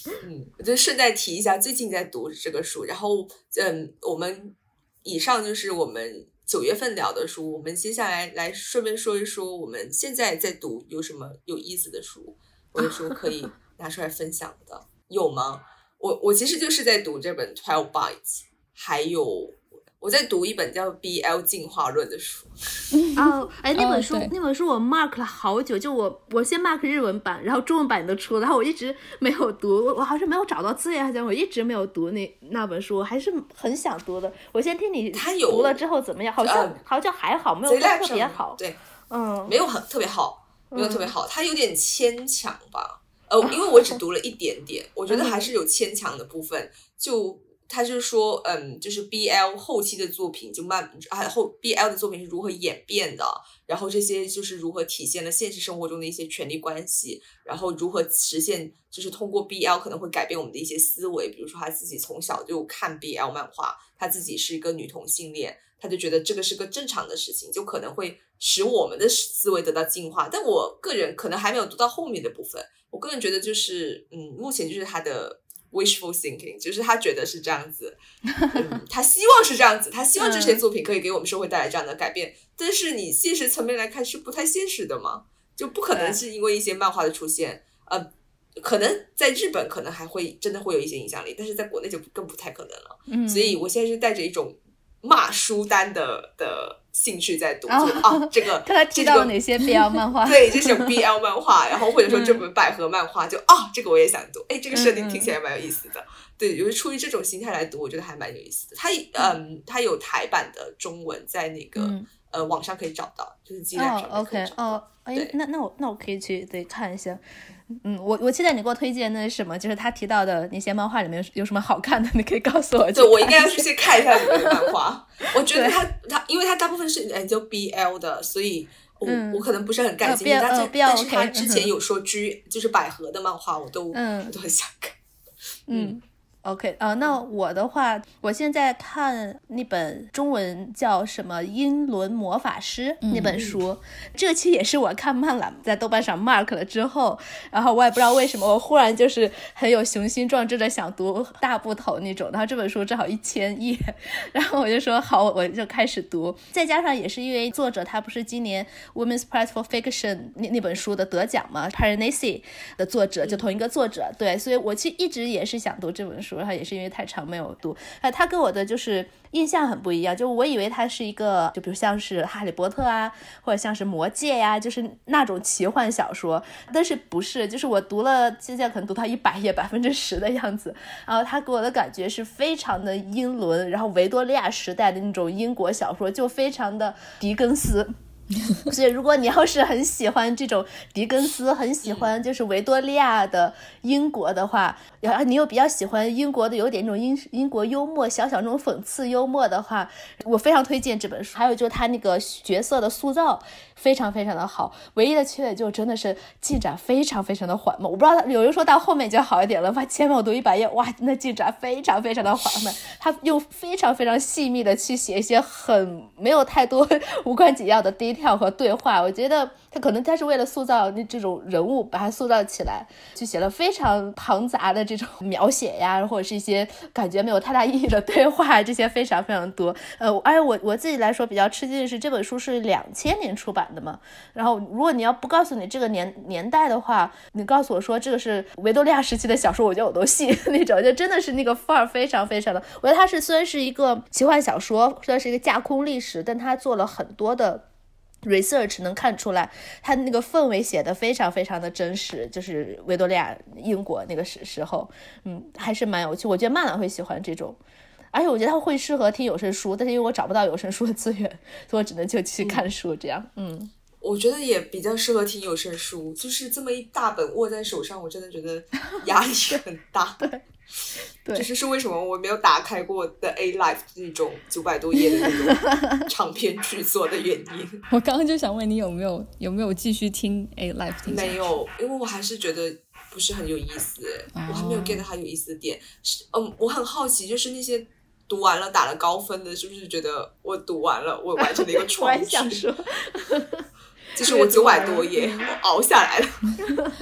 S1: 嗯，我就顺带提一下，最近在读这个书，然后嗯，我们以上就是我们九月份聊的书，我们接下来来顺便说一说我们现在在读有什么有意思的书，或者说可以拿出来分享的，有吗？我我其实就是在读这本 twelve Bites， 还有我在读一本叫 B L 进化论的书。
S2: 哦，哎，那本书、
S3: 哦、
S2: 那本书我 mark 了好久，就我我先 mark 日文版，然后中文版都出，然后我一直没有读，我好像没有找到资源，好像我一直没有读那那本书，我还是很想读的。我先听你读了之后怎么样？好像、呃、好像还好，没有特别好。
S1: 对，
S2: 嗯，
S1: 没有很特别好，没有特别好，它有点牵强吧。呃，因为我只读了一点点，我觉得还是有牵强的部分。就他就是说，嗯，就是 B L 后期的作品就慢，还后 B L 的作品是如何演变的，然后这些就是如何体现了现实生活中的一些权力关系，然后如何实现，就是通过 B L 可能会改变我们的一些思维，比如说他自己从小就看 B L 漫画，他自己是一个女同性恋，他就觉得这个是个正常的事情，就可能会使我们的思维得到进化。但我个人可能还没有读到后面的部分，我个人觉得就是嗯，目前就是他的wishful thinking， 就是他觉得是这样子、嗯、他希望是这样子，他希望这些作品可以给我们社会带来这样的改变、嗯、但是你现实层面来看是不太现实的嘛，就不可能是因为一些漫画的出现呃，可能在日本可能还会真的会有一些影响力，但是在国内就更不太可能了、嗯、所以我现在是带着一种骂书单的的兴趣在读、哦、啊，这个
S2: 看他提到了哪些 B L 漫画
S1: 对，这是 B L 漫画然后或者说这本百合漫画、嗯、就啊，这个我也想读，哎，这个设定听起来蛮有意思的、嗯、对，就是出于这种心态来读，我觉得还蛮有意思的。它嗯，它有台版的中文在那个、嗯、呃网上可以找到，就是G站上面可以找到。
S2: 哦 ，OK， 哦，哎，那那我那我可以去对看一下。嗯，我我期待你给我推荐的是什么，就是他提到的那些漫画里面有什么好看的，你可以告诉我。
S1: 对，我应该要去先看一下里面的漫画。我觉得他他，因为他大部分是研究 B L 的，所以我、嗯、我可能不是很感兴趣。
S2: 呃、
S1: 但是、
S2: 呃、
S1: 但是他之前有说 G、嗯、就是百合的漫画，我都、嗯、我都很想看。
S2: 嗯。嗯OK， 呃，那我的话，我现在看那本中文叫什么《英伦魔法师》那本书、嗯、这期也是我看漫览在豆瓣上 mark 了之后，然后我也不知道为什么我忽然就是很有雄心壮志的想读大部头那种，然后这本书正好一千页，然后我就说好，我就开始读。再加上也是因为作者他不是今年 Women's Prize for Fiction 那那本书的得奖嘛， Piranesi 的作者就同一个作者、嗯、对，所以我其实一直也是想读这本书，然后也是因为太长没有读。呃，他跟我的就是印象很不一样，就我以为他是一个就比如像是哈利波特啊，或者像是魔戒呀、啊，就是那种奇幻小说，但是不是，就是我读了现在可能读到一百页百分之十的样子，然后他给我的感觉是非常的英伦，然后维多利亚时代的那种英国小说，就非常的狄更斯。所以如果你要是很喜欢这种狄更斯，很喜欢就是维多利亚的英国的话，然后你又比较喜欢英国的有点那种英英国幽默，小小那种讽刺幽默的话，我非常推荐这本书。还有就是他那个角色的塑造非常非常的好，唯一的缺点就真的是进展非常非常的缓慢。我不知道有人说到后面就好一点了，哇，前面我读一百页，哇，那进展非常非常的缓慢。他用非常非常细密的去写一些很没有太多无关紧要的 detail 和对话，我觉得他可能他是为了塑造这种人物，把它塑造起来，去写了非常庞杂的这种描写呀，或者是一些感觉没有太大意义的对话，这些非常非常多。呃，而我我自己来说比较吃惊的是，这本书是两千年出版的嘛，然后如果你要不告诉你这个年年代的话，你告诉我说这个是维多利亚时期的小说，我觉得我都信那种，就真的是那个范儿非常非常的。我觉得它是虽然是一个奇幻小说，虽然是一个架空历史，但它做了很多的research， 能看出来他那个氛围写的非常非常的真实，就是维多利亚英国那个时时候，嗯，还是蛮有趣。我觉得曼兰会喜欢这种，而且我觉得他会适合听有声书，但是因为我找不到有声书的资源，所以我只能就去看书这样。嗯，
S1: 我觉得也比较适合听有声书，就是这么一大本握在手上，我真的觉得压力很大。
S2: 对。对，
S1: 这就是为什么我没有打开过的 A Life 那种九百多页的那种长篇巨作的原因。
S3: 我刚刚就想问你有没有有没有继续听 A Life？ 听
S1: 没有，因为我还是觉得不是很有意思，哦、我还没有 get 到它有意思的点。是，嗯，我很好奇，就是那些读完了打了高分的，是不是觉得我读完了，我完成了一个创举？
S2: 我也想说，
S1: 就是我九百多页，我熬下来了。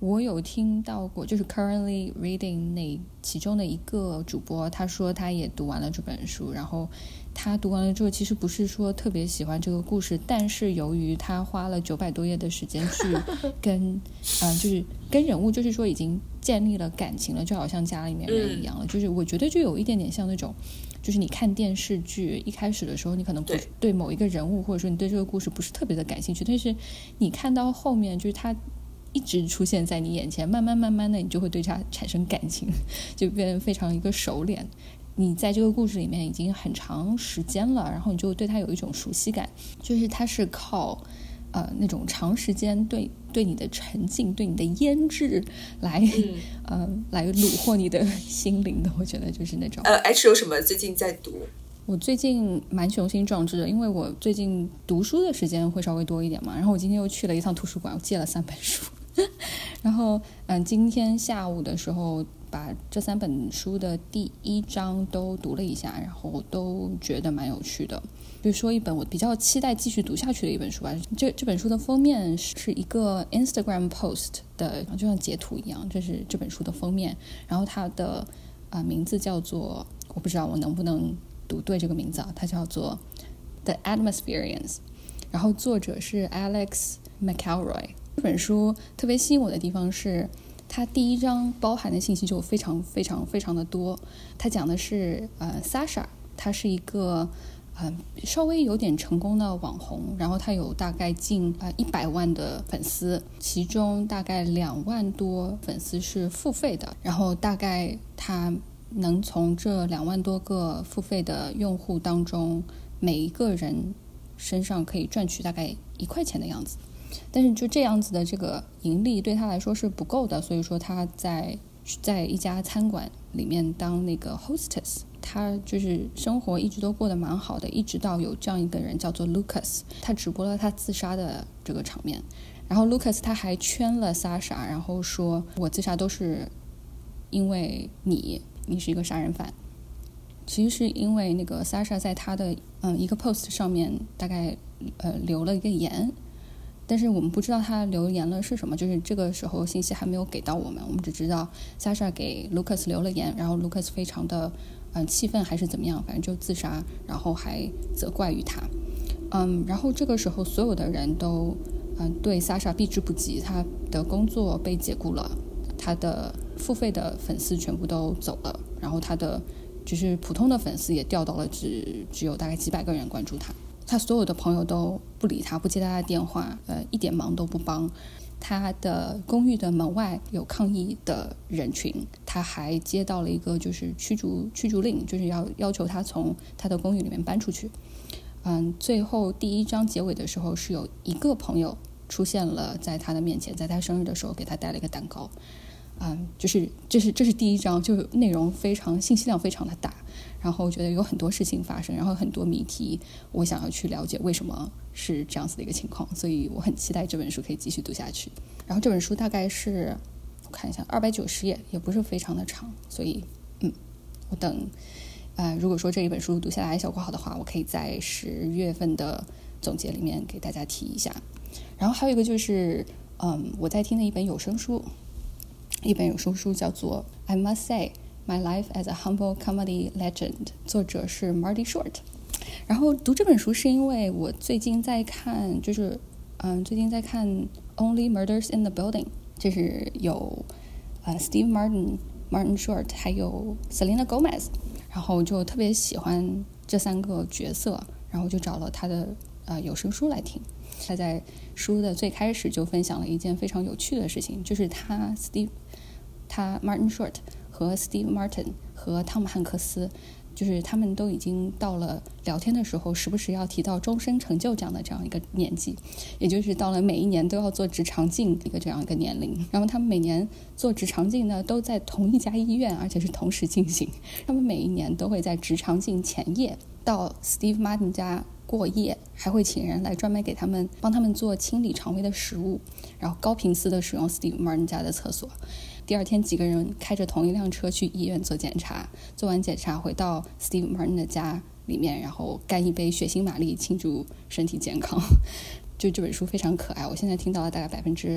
S3: 我有听到过，就是 currently reading 那其中的一个主播，他说他也读完了这本书，然后他读完了之后，其实不是说特别喜欢这个故事，但是由于他花了九百多页的时间去跟，呃，就是跟人物，就是说已经建立了感情了，就好像家里面人一样了。嗯、就是我觉得就有一点点像那种，就是你看电视剧一开始的时候，你可能不对某一个人物，或者说你对这个故事不是特别的感兴趣，但是你看到后面，就是他一直出现在你眼前，慢慢慢慢的你就会对他产生感情，就变得非常一个熟练。你在这个故事里面已经很长时间了，然后你就对他有一种熟悉感，就是他是靠呃那种长时间对对你的沉浸，对你的腌制来、嗯、呃来虏获你的心灵的。我觉得就是那种
S1: 呃 H 有什么最近在读？
S3: 我最近蛮雄心壮志的，因为我最近读书的时间会稍微多一点嘛，然后我今天又去了一趟图书馆，我借了三本书然后嗯，今天下午的时候把这三本书的第一章都读了一下，然后都觉得蛮有趣的。比如说一本我比较期待继续读下去的一本书吧，这这本书的封面是一个 Instagram post 的，就像截图一样，这是这本书的封面，然后它的、呃、名字叫做，我不知道我能不能读对这个名字啊，它叫做 The Atmospherians， 然后作者是 Alex McElroy。这本书特别吸引我的地方是它第一章包含的信息就非常非常非常的多。它讲的是呃 Sasha， 她是一个呃稍微有点成功的网红，然后她有大概近呃一百万的粉丝，其中大概两万多粉丝是付费的，然后大概她能从这两万多个付费的用户当中，每一个人身上可以赚取大概一块钱的样子。但是就这样子的这个盈利对他来说是不够的，所以说他在在一家餐馆里面当那个 hostess， 他就是生活一直都过得蛮好的，一直到有这样一个人叫做 Lucas， 他直播了他自杀的这个场面，然后 Lucas 他还圈了 Sasha， 然后说我自杀都是因为你你是一个杀人犯。其实是因为那个 Sasha 在他的嗯一个 post 上面大概呃留了一个言，但是我们不知道他留言了是什么，就是这个时候信息还没有给到我们，我们只知道 Sasha 给 Lucas 留了言，然后 Lucas 非常的嗯气愤还是怎么样，反正就自杀，然后还责怪于他。嗯，然后这个时候所有的人都嗯对 Sasha 避之不及，他的工作被解雇了，他的付费的粉丝全部都走了，然后他的就是普通的粉丝也掉到了只只有大概几百个人关注他。他所有的朋友都不理他，不接他的电话，呃，一点忙都不帮。他的公寓的门外有抗议的人群，他还接到了一个就是驱逐驱逐令，就是要要求他从他的公寓里面搬出去。嗯，最后第一章结尾的时候是有一个朋友出现了在他的面前，在他生日的时候给他带了一个蛋糕。嗯，就是这是这是第一章，就内容非常信息量非常的大，然后觉得有很多事情发生，然后很多谜题，我想要去了解为什么是这样子的一个情况，所以我很期待这本书可以继续读下去。然后这本书大概是我看一下二百九十页，也不是非常的长，所以嗯，我等呃如果说这一本书读下来效果好的话，我可以在十月份的总结里面给大家提一下。然后还有一个就是嗯我在听的一本有声书。一本有声书叫做 I Must Say My Life as a Humble Comedy Legend， 作者是 Marty Short。 然后读这本书是因为我最近在看就是嗯，最近在看 Only Murders in the Building， 就是有呃 Steve Martin Martin Short 还有 Selena Gomez， 然后就特别喜欢这三个角色，然后就找了他的呃有声书来听。他在书的最开始就分享了一件非常有趣的事情，就是他 Steve 他 Martin Short 和 Steve Martin 和汤姆汉克斯，就是他们都已经到了聊天的时候时不时要提到终身成就这样的这样一个年纪，也就是到了每一年都要做直肠镜一个这样一个年龄。然后他们每年做直肠镜呢都在同一家医院，而且是同时进行。他们每一年都会在直肠镜前夜到 Steve Martin 家过夜，还会请人来专门给他们帮他们做清理肠胃的食物，然后高频次的使用 Steve Martin 家的厕所。第二天几个人开着同一辆车去医院做检查，做完检查回到 Steve Martin 的家里面，然后干一杯血腥玛丽庆祝身体健康。就这本书非常可爱，我现在听到了大概百分之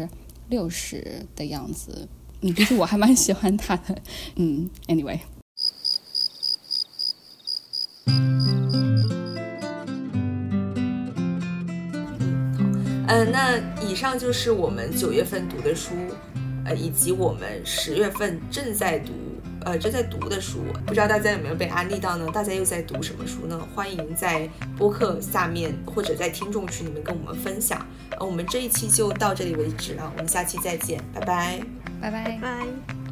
S3: 六十的样子。嗯，其实我还蛮喜欢他的。嗯 ，anyway。
S1: 嗯、呃，那以上就是我们九月份读的书，呃，以及我们十月份正在读，呃，正在读的书。不知道大家有没有被安利到呢？大家又在读什么书呢？欢迎在播客下面或者在听众群里面跟我们分享。呃，我们这一期就到这里为止了，我们下期再见，拜拜，
S3: 拜拜，
S2: 拜。